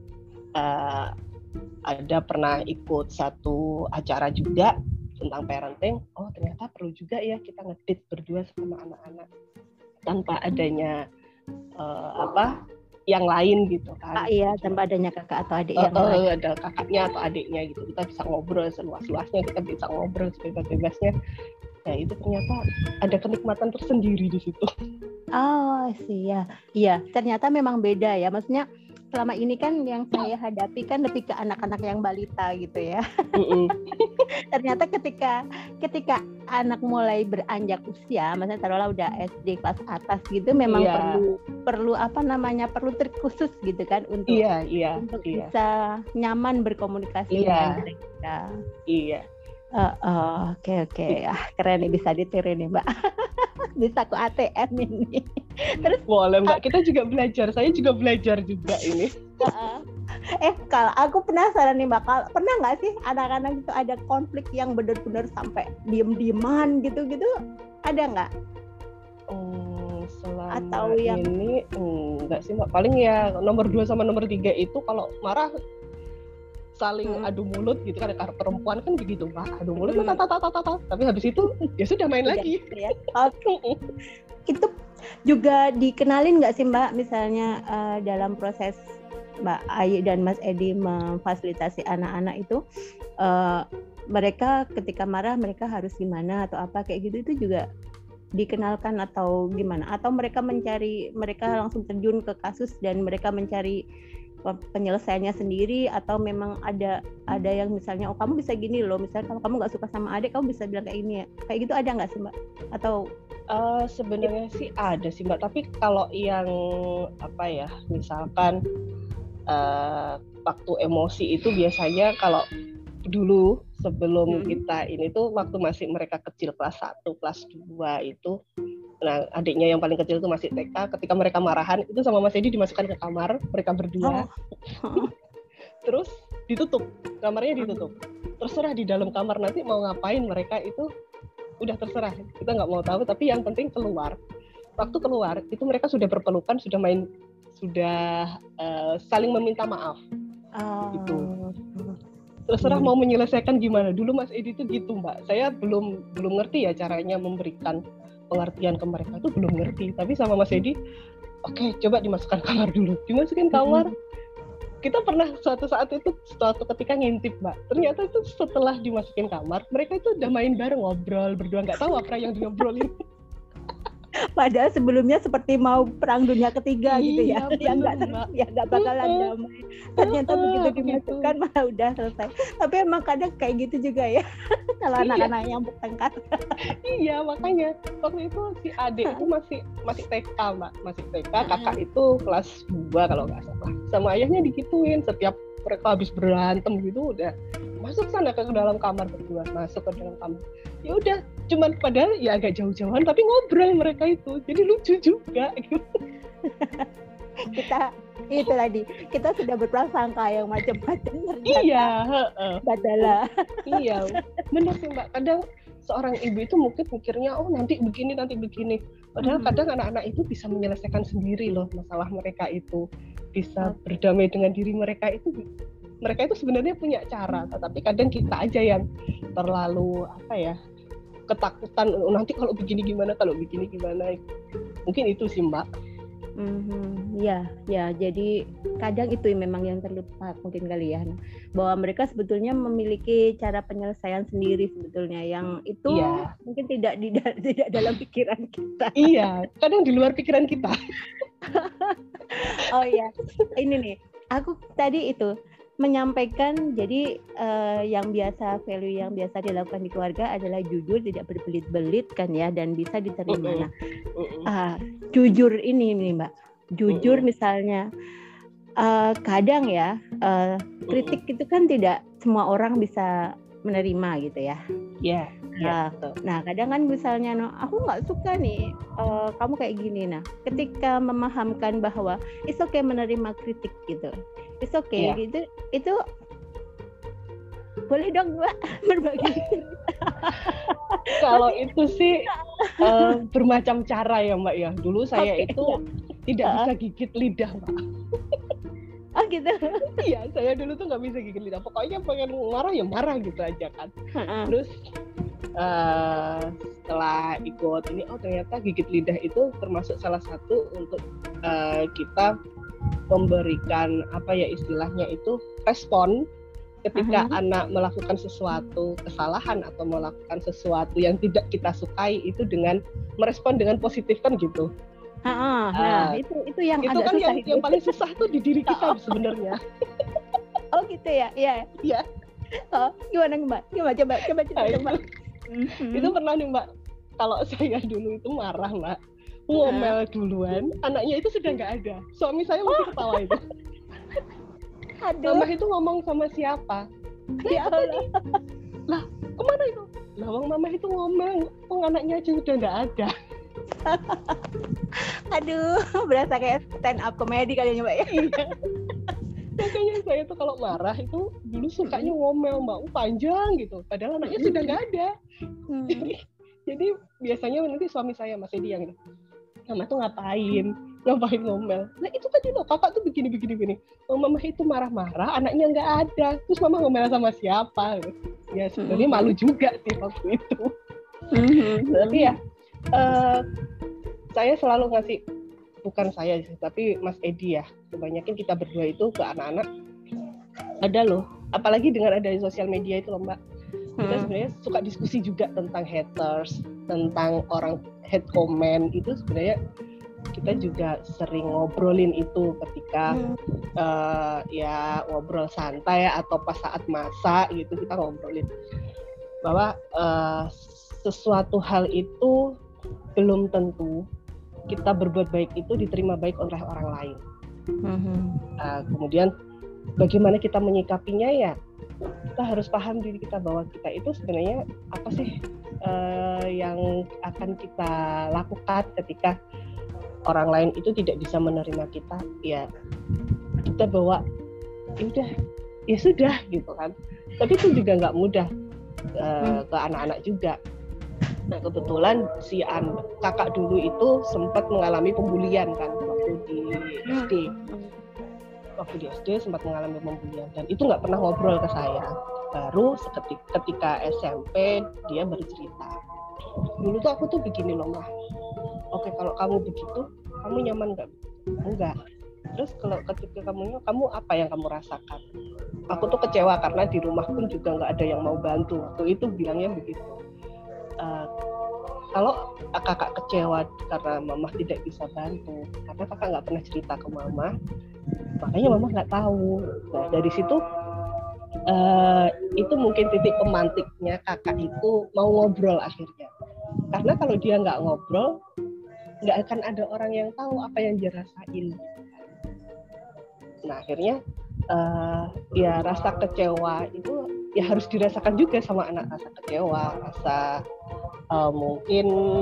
Uh, ada pernah ikut satu acara juga tentang parenting. Oh ternyata perlu juga ya kita ngedit berdua sama anak-anak tanpa adanya uh, apa yang lain gitu kan. Ah, iya tanpa adanya kakak atau adik uh, yang uh, lain. Ada kakaknya atau adiknya gitu, kita bisa ngobrol seluas-luasnya, kita bisa ngobrol sebebas-bebasnya. Ya itu ternyata ada kenikmatan tersendiri di situ. Oh sih ya, iya ternyata memang beda ya, maksudnya selama ini kan yang saya hadapi kan lebih ke anak-anak yang balita gitu ya. Ternyata ketika ketika anak mulai beranjak usia, misalnya taruhlah udah S D kelas atas gitu, memang yeah. perlu perlu apa namanya perlu trik khusus gitu kan untuk yeah, yeah, untuk yeah. bisa nyaman berkomunikasi yeah. dengan mereka. Iya. Uh, uh, oke oke, ah keren nih, bisa ditiru nih Mbak. Bisa ke A T M ini. Terus boleh Mbak, kita juga belajar. Saya juga belajar juga ini. Uh, eh kalau aku penasaran nih Mbak, kalau pernah nggak sih anak-anak itu ada konflik yang benar-benar sampai diem-dieman gitu-gitu? Ada nggak? Hmm, selama atau yang ini enggak sih Mbak. Paling ya nomor dua sama nomor tiga itu kalau marah saling hmm. adu mulut gitu kan, karena perempuan kan begitu Mbak, adu mulut hmm. tata tata tata, tapi habis itu ya sudah main udah, lagi. Ya. Okay. Itu juga dikenalin nggak sih Mbak, misalnya uh, dalam proses Mbak Ayu dan Mas Edi memfasilitasi anak-anak itu, uh, mereka ketika marah mereka harus gimana atau apa kayak gitu, itu juga dikenalkan atau gimana? Atau mereka mencari, mereka langsung terjun ke kasus dan mereka mencari penyelesaiannya sendiri, atau memang ada ada yang misalnya, oh kamu bisa gini loh, misalnya kalau kamu nggak suka sama adik kamu bisa bilang kayak ini ya, kayak gitu ada nggak sih Mbak? Atau uh, sebenarnya sih ada sih Mbak, tapi kalau yang apa ya, misalkan uh, waktu emosi itu biasanya kalau dulu sebelum hmm. kita ini tuh waktu masih mereka kecil kelas satu, kelas dua itu, nah adiknya yang paling kecil itu masih T K, ketika mereka marahan itu sama Mas Edi dimasukkan ke kamar mereka berdua. Oh. Terus ditutup, kamarnya ditutup, terserah di dalam kamar nanti mau ngapain mereka itu udah terserah, kita nggak mau tahu, tapi yang penting keluar. Waktu keluar itu mereka sudah berpelukan, sudah main, sudah uh, saling meminta maaf. Oh. Gitu. Terserah hmm. mau menyelesaikan gimana. Dulu Mas Edi itu gitu Mbak, saya belum belum ngerti ya caranya memberikan pengertian ke mereka, itu belum ngerti. Tapi sama Mas Edi, oke okay, coba dimasukkan kamar dulu, dimasukin kamar. Mm-hmm. Kita pernah suatu saat itu, suatu ketika ngintip Mbak, ternyata itu setelah dimasukin kamar, mereka itu udah main bareng, ngobrol berdua, nggak tahu apa yang diobrolin. Padahal sebelumnya seperti mau perang dunia ketiga gitu ya, Iya, yang nggak bener, Mbak. ya nggak bakalan damai. Ternyata Heeh, begitu begitu. dimasukkan malah udah selesai. Tapi emang kadang kayak gitu juga ya, kalau Iya. anak-anak yang bertengkar. Iya, makanya waktu itu si adik itu masih masih T K, Mbak, masih T K, kakak itu kelas dua kalau nggak salah. Sama ayahnya digituin, setiap mereka habis berantem gitu udah masuk sana ke dalam kamar berdua, masuk ke dalam kamar. Ya udah, cuman padahal ya agak jauh-jauhan tapi ngobrol mereka itu. Jadi lucu juga gitu. Kita itu tadi, kita sudah berprasangka yang macam-macam ternyata. Iya, heeh. Badala. Iya, benar sih Mbak. Kadang seorang ibu itu mungkin mikirnya, oh nanti begini, nanti begini. Padahal Hmm. kadang anak-anak itu bisa menyelesaikan sendiri loh masalah mereka itu. Bisa Oke. berdamai dengan diri mereka itu. Mereka itu sebenarnya punya cara, tetapi kadang kita aja yang terlalu apa ya, ketakutan. Oh, nanti kalau begini gimana, kalau begini gimana. Mungkin itu sih Mbak. Mhm, ya, ya. Jadi kadang itu memang yang terlupa mungkin kali ya, bahwa mereka sebetulnya memiliki cara penyelesaian sendiri sebetulnya yang itu Iya. mungkin tidak di, tidak dalam pikiran kita. Iya, kadang di luar pikiran kita. Oh iya, ini nih, aku tadi itu menyampaikan jadi uh, yang biasa value yang biasa dilakukan di keluarga adalah jujur, tidak berbelit-belit kan ya, dan bisa diterima. Uh-uh. Nah, Uh-uh. uh, jujur ini nih Mbak, jujur uh-uh. misalnya uh, kadang ya uh, kritik uh-uh. itu kan tidak semua orang bisa menerima gitu ya. Iya. Yeah, yeah, nah, kadang kan misalnya, no, aku nggak suka nih uh, kamu kayak gini. Nah, ketika memahamkan bahwa it's okay menerima kritik gitu, it's okay yeah. gitu, itu boleh dong Mbak berbagi. Kalau itu sih uh, bermacam cara ya Mbak ya. Dulu saya okay, itu ya. tidak uh. bisa gigit lidah Mbak. Oh gitu. Iya, saya dulu tuh nggak bisa gigit lidah. Pokoknya pengen marah ya marah gitu aja kan. Uh-uh. Terus uh, setelah ikut ini, oh ternyata gigit lidah itu termasuk salah satu untuk uh, kita memberikan apa ya istilahnya itu respon ketika uh-huh. anak melakukan sesuatu kesalahan atau melakukan sesuatu yang tidak kita sukai itu dengan merespon dengan positif kan gitu. Nah, nah itu itu yang itu agak kan susah yang, itu. yang paling susah tuh di diri kita sebenarnya. Oh gitu ya, iya. Iya. Oh, gimana Mbak? Coba coba coba coba. Nah, coba. Mm-hmm. Itu pernah nih Mbak. Kalau saya dulu itu marah Mbak, ngomel duluan, anaknya itu sudah nggak ada. Suami saya masih oh. ketawa itu. Aduh. Mama itu ngomong sama siapa? Ya Allah. Lah, kemana itu? Lah, mama itu ngomel, oh anaknya aja sudah nggak ada. Aduh, berasa kayak stand up komedi kayaknya Mbak ya. Iya. Makanya saya tuh kalau marah itu dulu sukanya ngomel Mbak, uh, panjang gitu. Padahal anaknya sudah nggak ada. Hmm. Jadi, jadi biasanya nanti suami saya Mas Edi yang Mama tuh ngapain? Ngapain ngomel? Nah itu tadi loh, kakak tuh begini-begini begini. Oh, Mama itu marah-marah, anaknya nggak ada. Terus Mama ngomel sama siapa? Ya sebenarnya malu juga sih waktu itu. Mm-hmm. Tapi ya. Uh, saya selalu ngasih, bukan saya sih, tapi Mas Edi ya, kebanyakan kita berdua itu ke anak-anak ada loh, apalagi dengan ada di sosial media itu loh Mbak, kita hmm. sebenarnya suka diskusi juga tentang haters, tentang orang hate comment itu sebenarnya kita juga sering ngobrolin itu ketika hmm. uh, ya ngobrol santai atau pas saat masak gitu kita ngobrolin bahwa uh, sesuatu hal itu belum tentu kita berbuat baik itu diterima baik oleh orang lain. Mm-hmm. Nah, kemudian bagaimana kita menyikapinya ya kita harus paham diri kita bahwa kita itu sebenarnya apa sih uh, yang akan kita lakukan ketika orang lain itu tidak bisa menerima kita, ya kita bawa ya udah ya sudah gitu kan. Tapi itu juga nggak mudah uh, ke anak-anak juga. Nah kebetulan si An, kakak dulu itu sempat mengalami pembulian kan waktu di S D. Waktu di S D sempat mengalami pembulian dan itu nggak pernah ngobrol ke saya. Baru seketika, ketika S M P dia bercerita. Dulu tuh aku tuh begini loh Mah. Oke kalau kamu begitu, kamu nyaman nggak? Enggak. Terus kalau ketika kamu kamu apa yang kamu rasakan? Aku tuh kecewa karena di rumah pun juga nggak ada yang mau bantu. Waktu itu bilangnya begitu. Uh, kalau kakak kecewa karena mama tidak bisa bantu, karena kakak nggak pernah cerita ke mama, makanya mama nggak tahu. Nah dari situ uh, itu mungkin titik pemantiknya kakak itu mau ngobrol akhirnya. Karena kalau dia nggak ngobrol, nggak akan ada orang yang tahu apa yang dia rasain. Nah akhirnya uh, ya rasa kecewa itu ya harus dirasakan juga sama anak, rasa kecewa, rasa uh, mungkin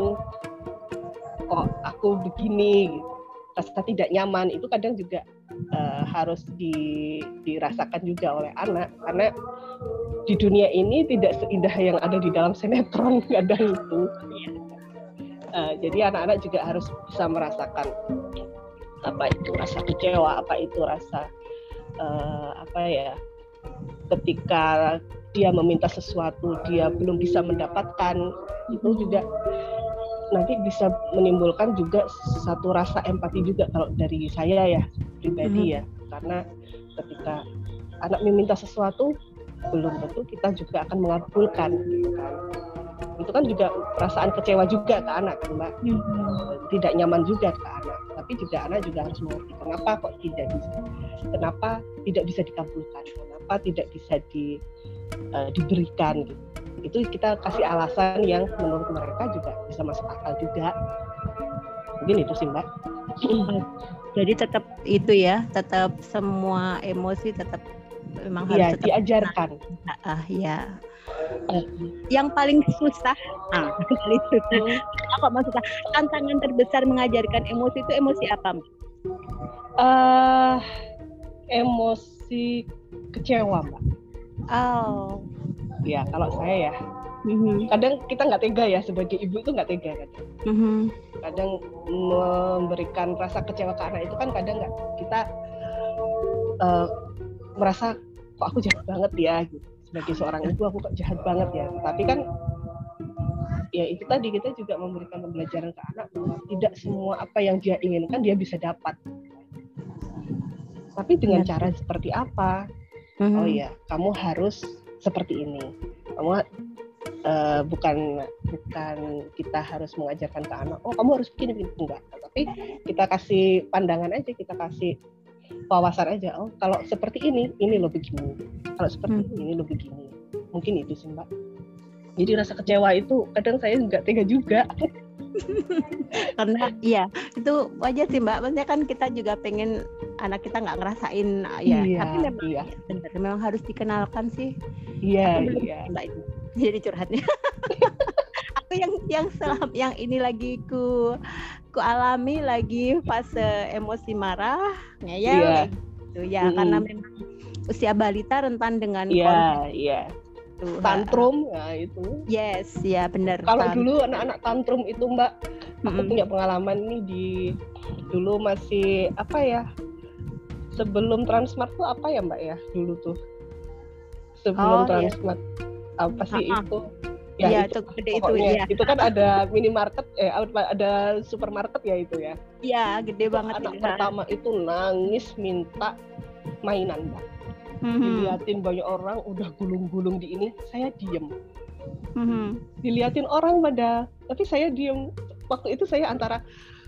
kok aku begini, gitu. Rasa tidak nyaman itu kadang juga uh, harus di, dirasakan juga oleh anak, karena di dunia ini tidak seindah yang ada di dalam sinetron kadang itu. Uh, jadi anak-anak juga harus bisa merasakan apa itu rasa kecewa, apa itu rasa uh, apa ya, ketika dia meminta sesuatu dia belum bisa mendapatkan, itu juga nanti bisa menimbulkan juga satu rasa empati juga kalau dari saya ya pribadi ya, karena ketika anak meminta sesuatu belum tentu kita juga akan mengabulkan gitu kan. Itu kan juga perasaan kecewa juga ke anak kan Mbak, hmm. tidak nyaman juga ke anak, tapi juga anak juga harus mengerti kenapa kok tidak bisa, kenapa tidak bisa dikabulkan, kenapa tidak bisa di, uh, diberikan gitu. Itu kita kasih alasan yang menurut mereka juga bisa masuk akal juga. Mungkin itu sih Mbak. Jadi tetap itu ya, tetap semua emosi tetap memang harus ya, diajarkan. Ah ya. Yang paling susah, ah, paling susah. Apa maksudnya? Tantangan terbesar mengajarkan emosi itu emosi apa? Uh, emosi kecewa, Mbak. Oh. Ya, kalau saya ya. Mm-hmm. Kadang kita nggak tega ya, sebagai ibu itu nggak tega kan. Mm-hmm. Kadang memberikan rasa kecewa ke anak itu kan kadang nggak, kita uh, merasa kok aku jahat banget ya gitu. Sebagai seorang ibu aku kok jahat banget ya. Tapi kan ya itu tadi, kita juga memberikan pembelajaran ke anak bahwa tidak semua apa yang dia inginkan dia bisa dapat. Tapi dengan ya. Cara seperti apa? Mm-hmm. Oh ya, kamu harus seperti ini. Kamu uh, bukan bukan kita harus mengajarkan ke anak, oh kamu harus begini begini, enggak. Tapi kita kasih pandangan aja, kita kasih wawasan aja. Oh kalau seperti ini, ini lo begini. Kalau seperti hmm. ini, ini lo begini. Mungkin itu sih Mbak. Jadi rasa kecewa itu kadang saya nggak tega juga. Karena iya itu wajar sih Mbak. Maksudnya kan kita juga pengen anak kita nggak ngerasain ya. Iya, tapi memang iya. benar, memang harus dikenalkan sih. Iya iya. Mbak itu jadi curhatnya. Aku yang yang selam, yang ini lagi ku ku alami lagi fase emosi marah, ngeyel yeah. gitu ya, mm-hmm. karena memang usia balita rentan dengan yeah, yeah. Tuh, tantrum ya itu. Yes, ya benar. Kalau dulu anak-anak tantrum itu Mbak, aku mm-hmm. punya pengalaman nih di dulu masih apa ya? Sebelum Transmart tuh apa ya Mbak ya dulu tuh? Sebelum oh, Transmart yeah. apa sih uh-huh. itu? Ya, ya itu, itu gede itu ya. Itu kan ada minimarket, eh ada supermarket ya itu ya. Iya, gede itu banget. Anak ya. Pertama itu nangis minta mainan, Mbak. Mm-hmm. Diliatin banyak orang udah gulung-gulung di ini, saya diem. Mm-hmm. Diliatin orang pada, tapi saya diem. Waktu itu saya antara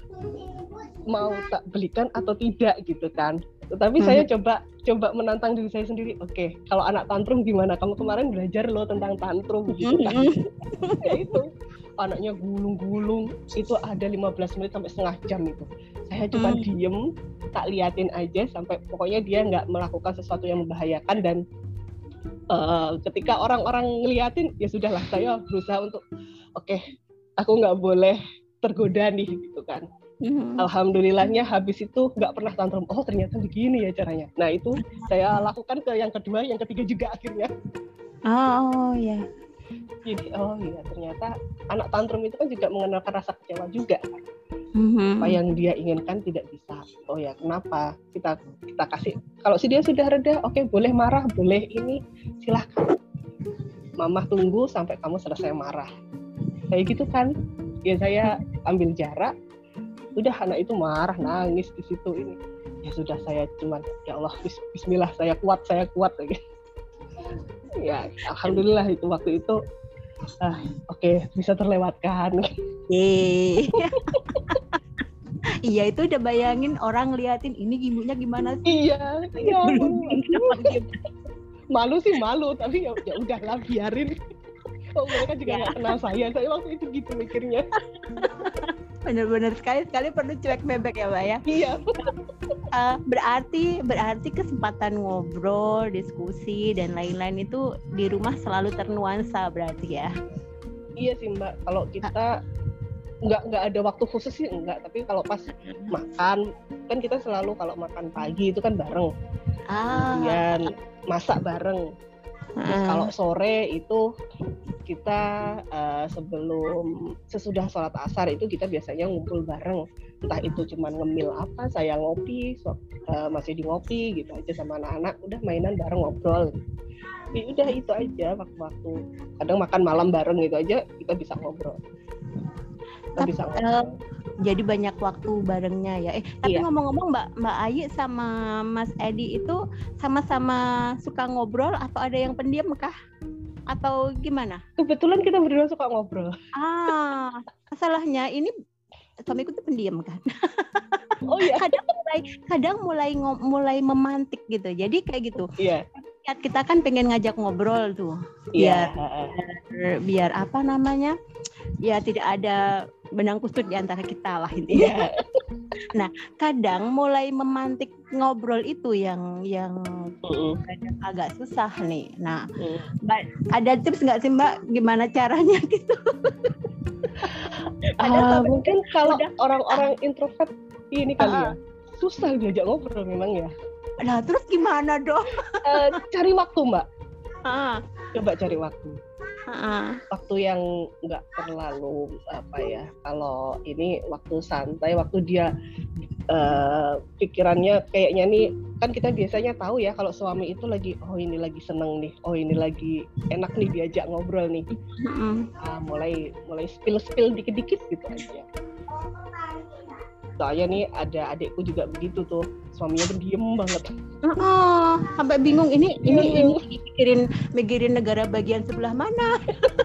mau tak belikan atau tidak gitu kan. Tapi hmm. saya coba coba menantang diri saya sendiri. Oke, okay, kalau anak tantrum gimana? Kamu kemarin belajar loh tentang tantrum gitu kan. Ya itu, anaknya gulung-gulung, itu ada lima belas menit sampai setengah jam itu. Saya cuma hmm. diem, tak liatin aja sampai pokoknya dia nggak melakukan sesuatu yang membahayakan, dan uh, ketika orang-orang ngeliatin, ya sudahlah, saya berusaha untuk oke, okay, aku nggak boleh tergoda nih gitu kan. Mm-hmm. Alhamdulillahnya habis itu nggak pernah tantrum. Oh ternyata begini ya caranya. Nah itu saya lakukan ke yang kedua, yang ketiga juga akhirnya. Oh ya. Jadi oh iya ternyata anak tantrum itu kan juga mengenalkan rasa kecewa juga. Mm-hmm. Apa yang dia inginkan tidak bisa. Oh ya kenapa? Kita kita kasih. Kalau si dia sudah reda, oke okay, boleh marah, boleh ini, silahkan. Mama tunggu sampai kamu selesai marah. Kayak gitu kan? Ya saya ambil jarak. Udah anak itu marah, nangis di situ ini. Ya sudah saya cuman ya Allah bismillah, saya kuat, saya kuat lagi. Ya alhamdulillah itu waktu itu ah, oke okay, bisa terlewatkan. Yeay. Iya, itu udah bayangin orang liatin ini ibunya gimana sih? Iya, iya. Malu sih malu, tapi ya, ya udahlah biarin. Oh, mereka juga nggak ya. Kenal saya, saya waktu itu gitu mikirnya. Bener-bener sekali-sekali perlu cuek bebek ya Mbak ya. Iya. Uh, berarti berarti kesempatan ngobrol, diskusi dan lain-lain itu di rumah selalu ternuansa berarti ya. Iya sih Mbak, kalau kita nggak nggak ada waktu khusus sih enggak, tapi kalau pas makan kan kita selalu kalau makan pagi itu kan bareng. Ah. Kemudian masak bareng. Terus Ah. kalau sore itu kita uh, sebelum sesudah sholat asar itu kita biasanya ngumpul bareng, entah itu cuma ngemil apa, saya ngopi, so, uh, masih di ngopi gitu aja sama anak-anak, udah mainan bareng ngobrol. Ya udah itu aja waktu-waktu. Kadang makan malam bareng gitu aja kita bisa ngobrol. Kita tapi, bisa ngobrol. Uh, jadi banyak waktu barengnya ya. Eh tapi iya. ngomong-ngomong Mbak Mbak Ayi sama Mas Edi itu sama-sama suka ngobrol atau ada yang pendiam kah? Atau gimana? Kebetulan kita berdua suka ngobrol. Ah, masalahnya ini suamiku tuh pendiam kan. Oh iya. Kadang mulai kadang mulai ngom, mulai memantik gitu. Jadi kayak gitu. Iya. Kita kan pengen ngajak ngobrol tuh. Iya. Biar biar apa namanya? Ya tidak ada benang kusut di antara kita lah intinya. Nah, kadang mulai memantik ngobrol itu yang yang uh-uh. agak susah nih. Nah, uh. Mbak, ada tips nggak sih Mbak gimana caranya gitu? Uh, mungkin kalau udah, orang-orang uh, introvert ini kali uh, ya susah diajak ngobrol memang ya. Nah, terus gimana dong? uh, cari waktu Mbak. Uh. Coba cari waktu. Uh-uh. Waktu yang nggak terlalu apa ya, kalau ini waktu santai, waktu dia uh, pikirannya kayaknya nih, kan kita biasanya tahu ya kalau suami itu lagi, oh ini lagi seneng nih, oh ini lagi enak nih diajak ngobrol nih. Uh-uh. Nah, mulai mulai spill spill dikit-dikit gitu aja. Soalnya nih ada adikku juga begitu tuh, suaminya pendiam banget. Oh, sampai bingung ini ini ini mikirin mikirin negara bagian sebelah mana?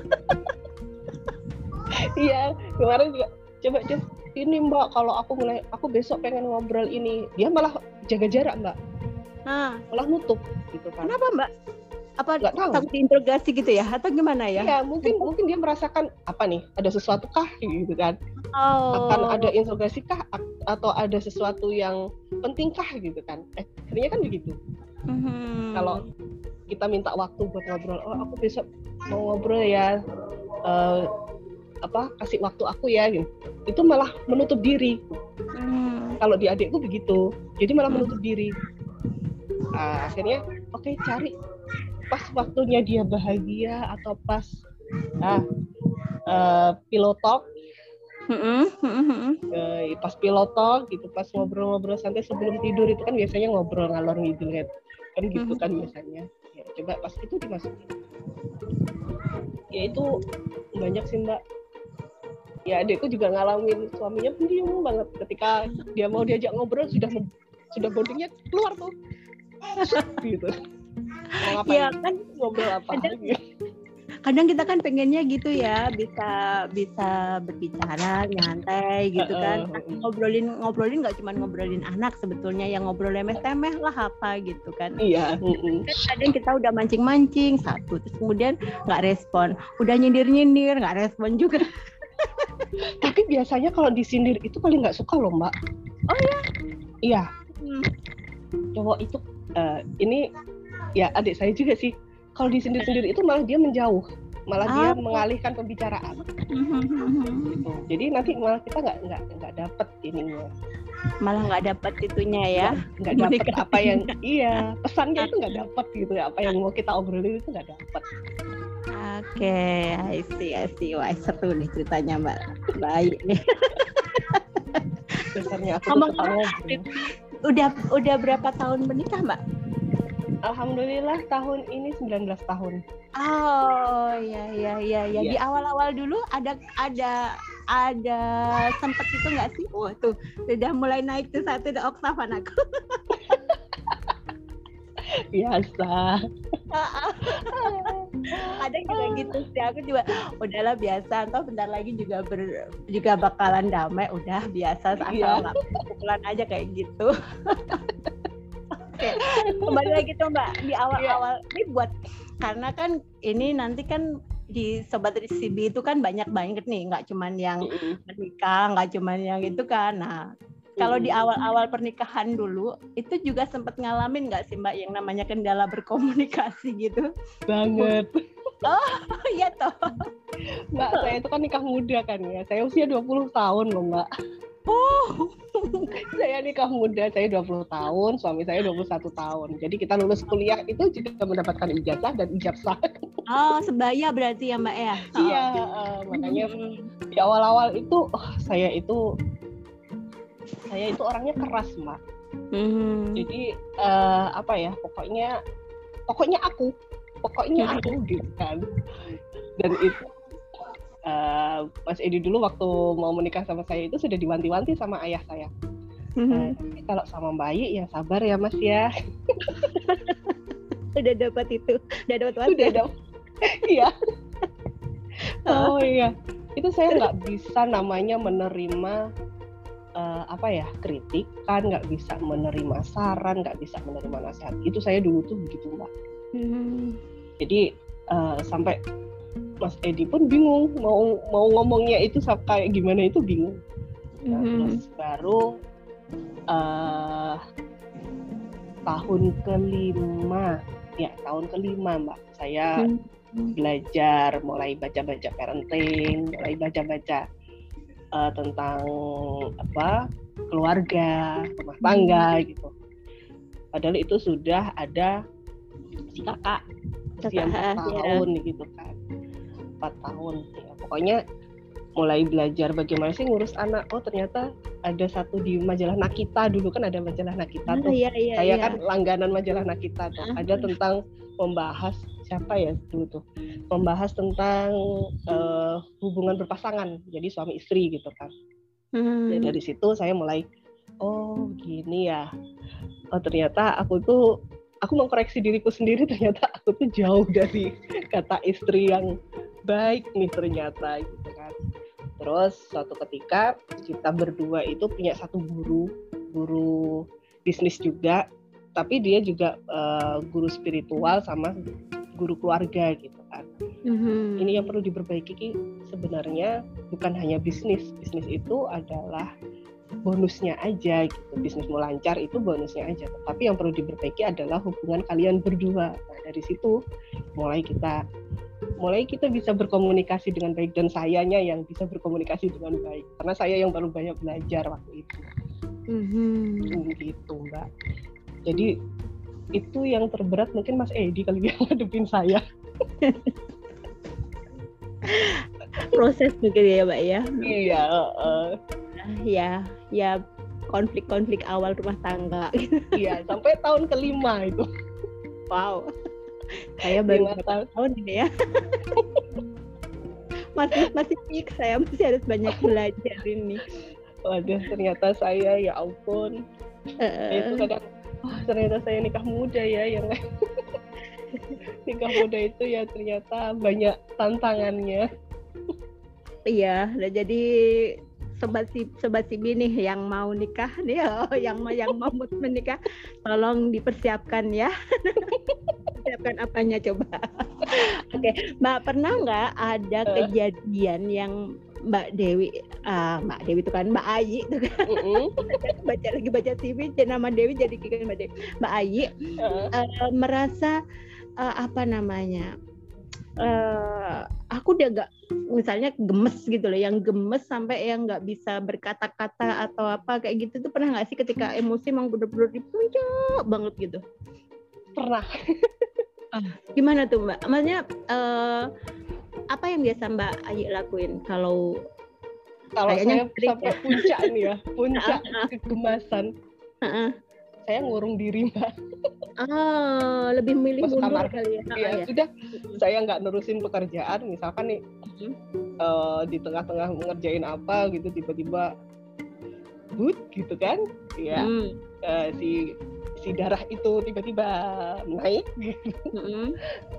Iya, kemarin juga coba aja ini Mbak, kalau aku mulai aku besok pengen ngobrol ini, dia malah jaga jarak Mbak. Nah, malah nutup gitu kan. Kenapa Mbak? Apa nggak tahu, takut diinterogasi gitu ya atau gimana ya? Iya, mungkin mungkin dia merasakan apa nih, ada sesuatu kah gitu kan. Oh. Akan ada interogasi kah atau ada sesuatu yang penting kah gitu kan. Eh, akhirnya kan begitu. Mm-hmm. Kalau kita minta waktu buat ngobrol, oh aku besok mau ngobrol ya, uh, apa kasih waktu aku ya gitu. Itu malah menutup diri. Mm. Kalau di adikku begitu, jadi malah menutup diri. Uh, akhirnya oke okay, cari pas waktunya dia bahagia atau pas ah uh, pillow talk, mm-hmm. Mm-hmm. Uh, pas pillow talk gitu, pas ngobrol-ngobrol santai sebelum tidur itu kan biasanya ngobrol ngalor ngidul kan, kan gitu kan biasanya. Ya, coba pas itu dimasukin. Ya itu banyak sih Mbak. Ya adikku juga ngalamin suaminya pendiam banget, ketika dia mau diajak ngobrol sudah sudah bondingnya keluar tuh, gitu. Mau ngapain? Ya kan ngobrol apa kadang, gitu. Kadang kita kan pengennya gitu ya, bisa bisa berbicara nyantai gitu kan. Uh, uh, uh. Ngobrolin ngobrolin nggak cuma ngobrolin anak sebetulnya, yang ngobrol remeh-temeh lah apa gitu kan. Iya. Uh, uh. Kadang kita udah mancing-mancing satu, terus kemudian nggak respon, udah nyindir-nyindir nggak respon juga. Tapi biasanya kalau disindir itu paling nggak suka loh Mbak. Oh ya? Iya. Hmm. Cowok itu uh, ini ya adik saya juga sih. Kalau disindir-sindir itu malah dia menjauh, malah ah. dia mengalihkan pembicaraan. Gitu. Jadi nanti malah kita nggak nggak nggak dapet ininya. Malah nggak dapet itunya ya. Nggak dapet apa yang iya pesannya itu nggak dapet gitu ya, apa yang mau kita obrolin itu nggak dapet. Oke, okay, I see, I see. Wah, seru nih ceritanya Mbak. Baik nih. Dasarnya aku tuh suka ngobrol. Udah udah berapa tahun menikah Mbak? Alhamdulillah tahun ini sembilan belas tahun. Oh, ya ya ya ya. Ya. Di awal-awal dulu ada ada ada sempat itu nggak sih? Wah, tuh sudah mulai naik tuh satu the oktav anakku. Biasa. Kadang juga gitu sih, aku juga udahlah biasa, atau bentar lagi juga ber, juga bakalan damai, udah biasa asal Iya. nggak pukulan aja kayak gitu. Oke, kembali lagi tuh Mbak di awal-awal ini buat, karena kan ini nanti kan di Sobat C B itu kan banyak banget nih, nggak cuman yang menikah, nggak cuman yang itu kan. Nah, kalau di awal-awal pernikahan dulu, itu juga sempat ngalamin nggak sih Mbak yang namanya kendala berkomunikasi gitu? Banget. Oh iya toh. Mbak, saya itu kan nikah muda kan ya. Saya usia dua puluh tahun loh Mbak. Oh. Saya nikah muda, saya dua puluh tahun, suami saya dua puluh satu tahun. Jadi kita lulus kuliah itu juga mendapatkan ijazah dan ijazah. Oh, sebaya berarti ya Mbak ya? Iya, uh, makanya di awal-awal itu oh, saya itu saya itu orangnya keras Mbak. Mm-hmm. Jadi uh, apa ya, pokoknya pokoknya aku, pokoknya aku gitu kan. Dan itu Uh, Mas Edi dulu waktu mau menikah sama saya itu sudah diwanti-wanti sama ayah saya. Mm-hmm. Uh, kalau sama Mbak Ayi ya sabar ya Mas ya. Udah dapat itu, udah dapat waktu. Udah dapat. Iya. Oh iya, itu saya nggak bisa namanya menerima uh, apa ya kritikan, nggak bisa menerima saran, nggak bisa menerima nasihat. Itu saya dulu tuh begitu Mbak. Mm-hmm. Jadi uh, sampai Mas Edi pun bingung mau mau ngomongnya itu kayak gimana itu bingung. Nah, mm-hmm. Terus baru uh, tahun kelima ya tahun kelima Mbak saya mm-hmm. belajar mulai baca-baca parenting, mulai baca-baca uh, tentang apa keluarga, rumah tangga mm-hmm. gitu. Padahal itu sudah ada si kakak usia empat tahun ya. Gitu kan. empat tahun ya. Pokoknya mulai belajar bagaimana sih ngurus anak. Oh ternyata ada satu di majalah Nakita, dulu kan ada majalah Nakita tuh. Oh, iya, iya, saya iya. kan langganan majalah Nakita tuh. Ada tentang membahas siapa ya dulu tuh. Membahas tentang uh, hubungan berpasangan. Jadi suami istri gitu kan. Hmm. Ya, dari situ saya mulai oh gini ya. Oh ternyata aku tuh aku mengkoreksi diriku sendiri, ternyata aku tuh jauh dari kata istri yang baik nih ternyata gitu kan. Terus suatu ketika kita berdua itu punya satu guru, guru bisnis juga, tapi dia juga uh, guru spiritual sama guru keluarga gitu kan. Mm-hmm. Ini yang perlu diperbaiki sebenarnya bukan hanya bisnis, bisnis itu adalah bonusnya aja gitu, bisnismu lancar itu bonusnya aja, tapi yang perlu diperbaiki adalah hubungan kalian berdua. Nah, dari situ mulai kita mulai kita bisa berkomunikasi dengan baik, dan sayanya yang bisa berkomunikasi dengan baik karena saya yang baru banyak belajar waktu itu. Mm-hmm. Gitu Mbak. Jadi itu yang terberat mungkin Mas Edi kali yang ngadepin saya. Proses mungkin ya Mbak ya. Iya. Uh, ya, ya konflik-konflik awal rumah tangga. Iya, sampai tahun kelima itu. Wow. Saya baru tahun, tahun ini ya. masih masih pik, saya masih harus banyak belajar ini. Waduh, ternyata saya ya ampun. Uh, itu kadang, oh, ternyata saya nikah muda ya, yang nikah muda itu ya ternyata banyak tantangannya. Iya, udah jadi sobat si sobat C B nih yang mau nikah nih, oh, yang yang mau menikah, tolong dipersiapkan ya. Persiapkan apanya coba. Oke, okay. Mbak pernah nggak ada kejadian yang Mbak Dewi, uh, Mbak Dewi itu kan Mbak Ayi itu kan, uh-uh. baca lagi baca T V, nama Dewi jadi kayak Mbak Dewi, Mbak Ayi uh. Uh, merasa uh, apa namanya? Uh, aku udah gak, misalnya gemes gitu loh, yang gemes sampai yang nggak bisa berkata-kata atau apa kayak gitu tuh pernah nggak sih ketika emosi emang bener-bener dipuncak banget gitu? Pernah. Ah, gimana tuh Mbak? Maksudnya uh, apa yang biasa Mbak Ayi lakuin kalau kalau saya sampai puncak nih ya, puncak kegemasan, uh-uh. saya ngurung diri Mbak. Ah, lebih milih masuk mundur kamar kali ya. Ya, ya sudah, saya nggak nerusin pekerjaan, misalkan nih uh-huh. uh, di tengah-tengah mengerjain apa gitu tiba-tiba but gitu kan, ya hmm. uh, si si darah itu tiba-tiba naik gitu. Uh-huh.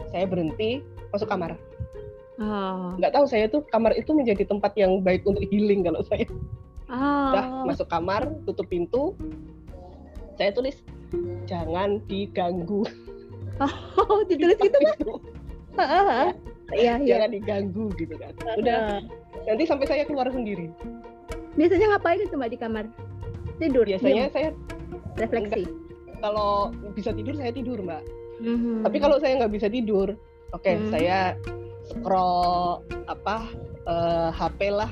saya berhenti, masuk kamar. Oh. Nggak tahu, saya tuh kamar itu menjadi tempat yang baik untuk healing kalau saya. Oh. Udah masuk kamar, tutup pintu, saya tulis jangan diganggu. Oh, ditulis gitu Mbak? Ya, Iya, iya. jangan diganggu gitu kan. Udah, nanti sampai saya keluar sendiri. Biasanya ngapain itu Mbak di kamar? Tidur? Biasanya diam, saya refleksi. enggak, kalau bisa tidur saya tidur Mbak. Mm-hmm. Tapi kalau saya nggak bisa tidur, oke okay, Hmm. saya scroll apa uh, H P lah,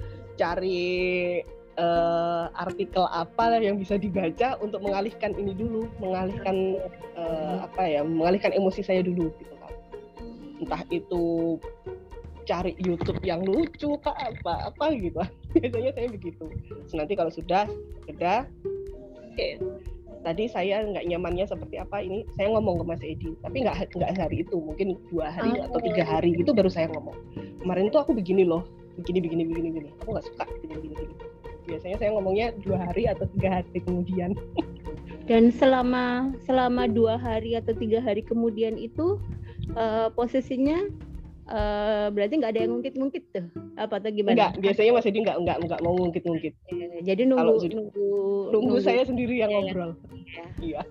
cari uh, artikel apa yang bisa dibaca untuk mengalihkan ini dulu, mengalihkan uh, apa ya, mengalihkan emosi saya dulu gitu kan. Entah itu cari YouTube yang lucu kah apa apa gitu. Biasanya saya begitu. Terus nanti kalau sudah sudah oke. Okay. Tadi saya nggak nyamannya seperti apa, ini saya ngomong ke Mas Edi, tapi nggak nggak hari itu, mungkin dua hari oh. atau tiga hari itu baru saya ngomong. Kemarin tuh aku begini loh, begini begini begini begini, aku nggak suka begini begini begini. Biasanya saya ngomongnya dua hari atau tiga hari kemudian. Dan selama selama dua hari atau tiga hari kemudian itu uh, posisinya uh, berarti nggak ada yang ngungkit-ngungkit tuh, apa atau gimana? Enggak, biasanya Mas Edi nggak nggak nggak mau ngungkit-ngungkit. Eh, jadi nunggu Kalau, nunggu, nunggu nunggu saya sendiri yang ya, ngobrol. Ya. Iya.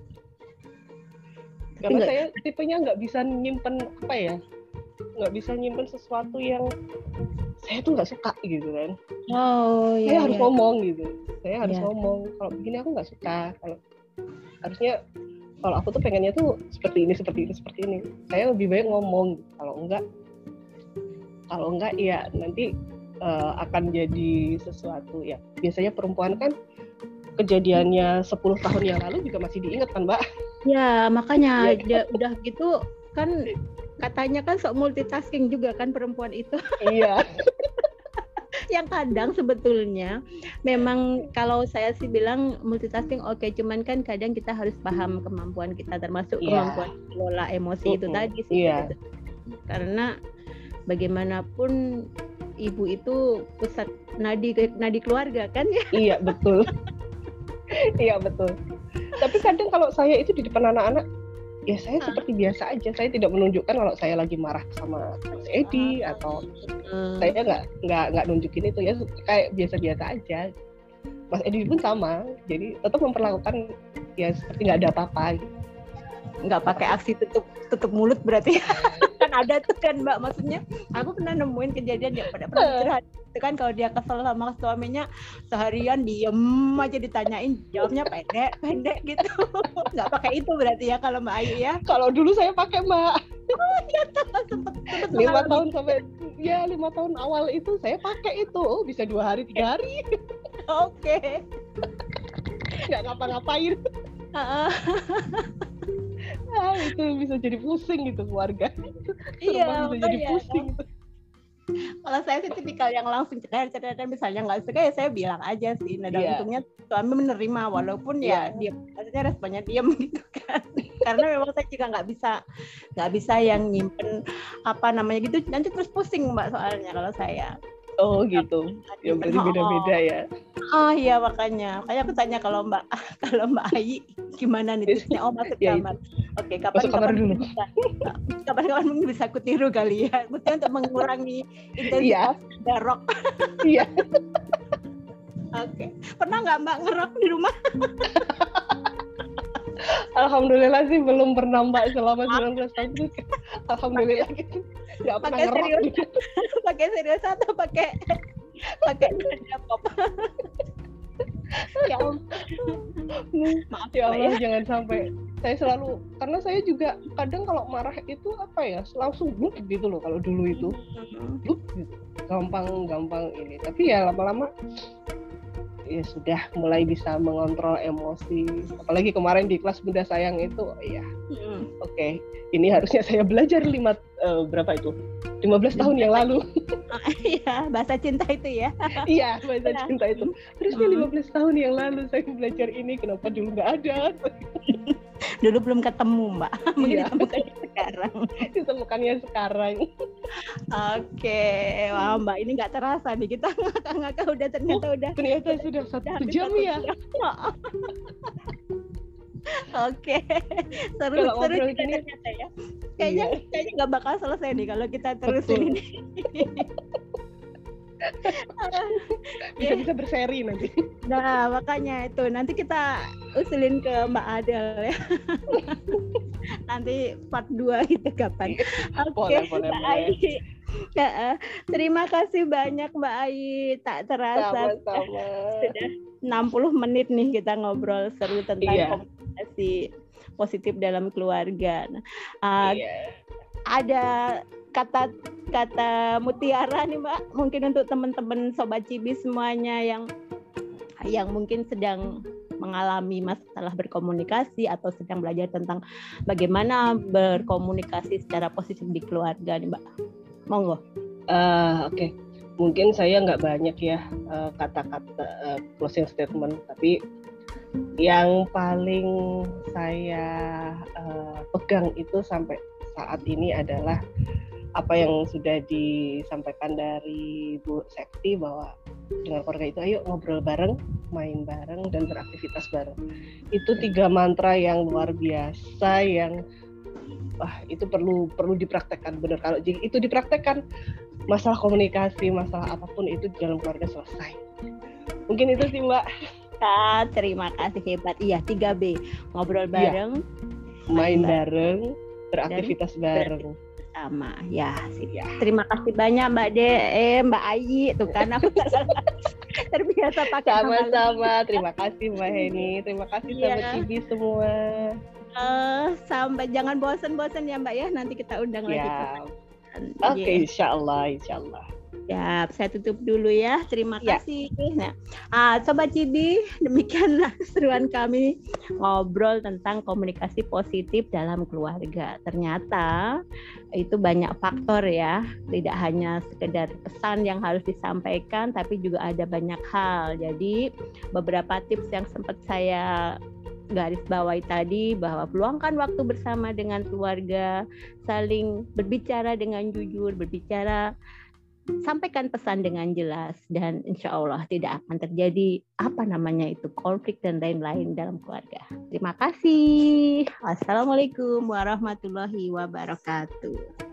Karena enggak, saya tipenya nggak bisa nyimpen apa ya, nggak bisa nyimpen sesuatu yang saya tuh nggak suka gitu kan. Oh iya. Saya harus iya. ngomong gitu. Saya harus ya. ngomong. Kalau begini aku nggak suka. Kalau harusnya kalau aku tuh pengennya tuh seperti ini, seperti ini, seperti ini. Saya lebih baik ngomong. Kalau enggak, kalau enggak ya nanti uh, akan jadi sesuatu ya. Biasanya perempuan kan kejadiannya sepuluh tahun yang lalu juga masih diingat kan Mbak? Ya makanya ya, dia udah gitu kan, katanya kan sok multitasking juga kan perempuan itu. Iya. Yang kadang sebetulnya memang kalau saya sih bilang multitasking oke, okay, cuman kan kadang kita harus paham kemampuan kita, termasuk yeah. kemampuan mengelola emosi uh-huh. itu tadi sih. Yeah. Gitu. Karena bagaimanapun ibu itu pusat nadi nadi keluarga kan ya. Iya betul. Iya betul. Tapi kadang kalau saya itu di depan anak-anak, ya saya ah. seperti biasa aja. Saya tidak menunjukkan kalau saya lagi marah sama Mas Edi ah. atau hmm. saya nggak nggak nggak nunjukin itu ya, kayak biasa-biasa aja. Mas Edi pun sama, jadi tetap memperlakukan ya seperti nggak ada apa-apa. Gitu. Nggak pakai aksi tutup tutup mulut berarti. Kan ada tuh kan Mbak, maksudnya aku pernah nemuin kejadian ya pada pernah itu kan, kalau dia kesel sama suaminya seharian diem aja, ditanyain jawabnya pendek pendek gitu. Nggak pakai itu berarti ya kalau Mbak Ayu ya? Kalau dulu saya pakai Mbak. Oh iya tuh sempet, sempet lima tahun sampai ya lima tahun awal itu saya pakai itu, oh, bisa dua hari tiga hari. Oke. Nggak ngapa-ngapain. Ah, itu bisa jadi pusing gitu keluarga. Iya, bisa jadi pusing gitu. Kalau saya sih tipikal yang langsung cedera-cedera, misalnya nggak suka ya saya bilang aja sih. Nah, dan yeah. untungnya suami menerima walaupun yeah. ya dia maksudnya responnya diem gitu kan. Karena memang saya juga nggak bisa nggak bisa yang nyimpen apa namanya gitu, nanti terus pusing Mbak soalnya kalau saya. Oh gitu. Ya berarti beda-beda ya. Oh iya makanya. Kayak aku tanya kalau Mbak kalau Mbak Ayi gimana nih tipsnya? Oh masuk ya, kamar. Oke, kapan masuk kamar kapan dulu. Bisa, kapan-kapan mungkin bisa aku tiru kali ya. Maksudnya untuk mengurangi intensitas darok. Iya. Oke. Pernah nggak Mbak ngerok di rumah? Alhamdulillah sih belum pernah Mbak selama sembilan belas tahun itu. Alhamdulillah gitu. Enggak pernah ngerok. Pakai serius atau pakai pakai pop? Ya maaf ya Allah, ya. Jangan sampai. Saya selalu, karena saya juga kadang kalau marah itu apa ya, langsung bluk gitu loh kalau dulu itu. Bluk gitu. Gampang-gampang ini. Tapi ya lama-lama ya sudah mulai bisa mengontrol emosi. Apalagi kemarin di kelas Bunda Sayang itu, oh ya, hmm. oke, okay. Ini harusnya saya belajar lima uh, berapa itu, lima belas tahun yang lalu. Iya, bahasa cinta itu ya. Iya, bahasa ya. Cinta itu. Harusnya hmm. lima belas tahun yang lalu saya belajar ini, kenapa dulu nggak ada? Dulu belum ketemu Mbak, mungkin iya. ditemukannya sekarang. Ditemukannya sekarang. Oke, wah Mbak ini nggak terasa nih kita ngakak-ngakak udah ternyata oh, udah. Ternyata sudah satu jam ya. Oke, seru kalau seru gini, ternyata ya. kayaknya Iya. kayaknya nggak bakal selesai nih kalau kita terusin ini. Bisa-bisa berseri nanti. Nah, makanya itu nanti kita usulin ke Mbak Adel ya. Nanti part dua gitu kapan. Oke, Boleh, boleh, Mbak boleh. Ai. Ya, eh, terima kasih banyak Mbak Ai. Tak terasa Sama-sama. sudah enam puluh menit nih kita ngobrol seru tentang Iya. komunikasi positif dalam keluarga. Nah, uh, Iya. ada kata kata mutiara nih Mbak, mungkin untuk teman-teman Sobat Cibi semuanya yang yang mungkin sedang mengalami masalah berkomunikasi atau sedang belajar tentang bagaimana berkomunikasi secara positif di keluarga nih Mbak. Monggo. Uh, Oke, okay. Mungkin saya nggak banyak ya uh, kata-kata uh, closing statement, tapi yang paling saya uh, pegang itu sampai saat ini adalah apa yang sudah disampaikan dari Bu Septi, bahwa dengan keluarga itu ayo ngobrol bareng, main bareng, dan beraktivitas bareng. Itu tiga mantra yang luar biasa yang wah itu perlu perlu dipraktekkan benar. Kalau itu dipraktekkan, masalah komunikasi, masalah apapun itu dalam keluarga selesai. Mungkin itu sih Mbak. Ah, terima kasih, hebat. Iya, tiga B. Ngobrol bareng, ya, main bareng, beraktivitas bareng. Sama ya sih ya. Terima kasih banyak Mbak De, eh Mbak Ayi, tuh kan aku terbiasa pakai sama-sama. Terima kasih Mbak Heni, terima kasih ya. Sobat Cibi semua. Uh, sampai jangan bosan-bosan ya Mbak ya, nanti kita undang ya. lagi. Oke, okay, insya Allah, insya Allah. Ya, saya tutup dulu ya. Terima ya. kasih. Nah, uh, Sobat Cibi, demikianlah seruan kami ngobrol tentang komunikasi positif dalam keluarga. Ternyata itu banyak faktor ya. Tidak hanya sekedar pesan yang harus disampaikan, tapi juga ada banyak hal. Jadi, beberapa tips yang sempat saya garis bawahi tadi, bahwa peluangkan waktu bersama dengan keluarga, saling berbicara dengan jujur, berbicara, sampaikan pesan dengan jelas, dan insya Allah tidak akan terjadi apa namanya itu konflik dan lain-lain dalam keluarga. Terima kasih. Wassalamualaikum warahmatullahi wabarakatuh.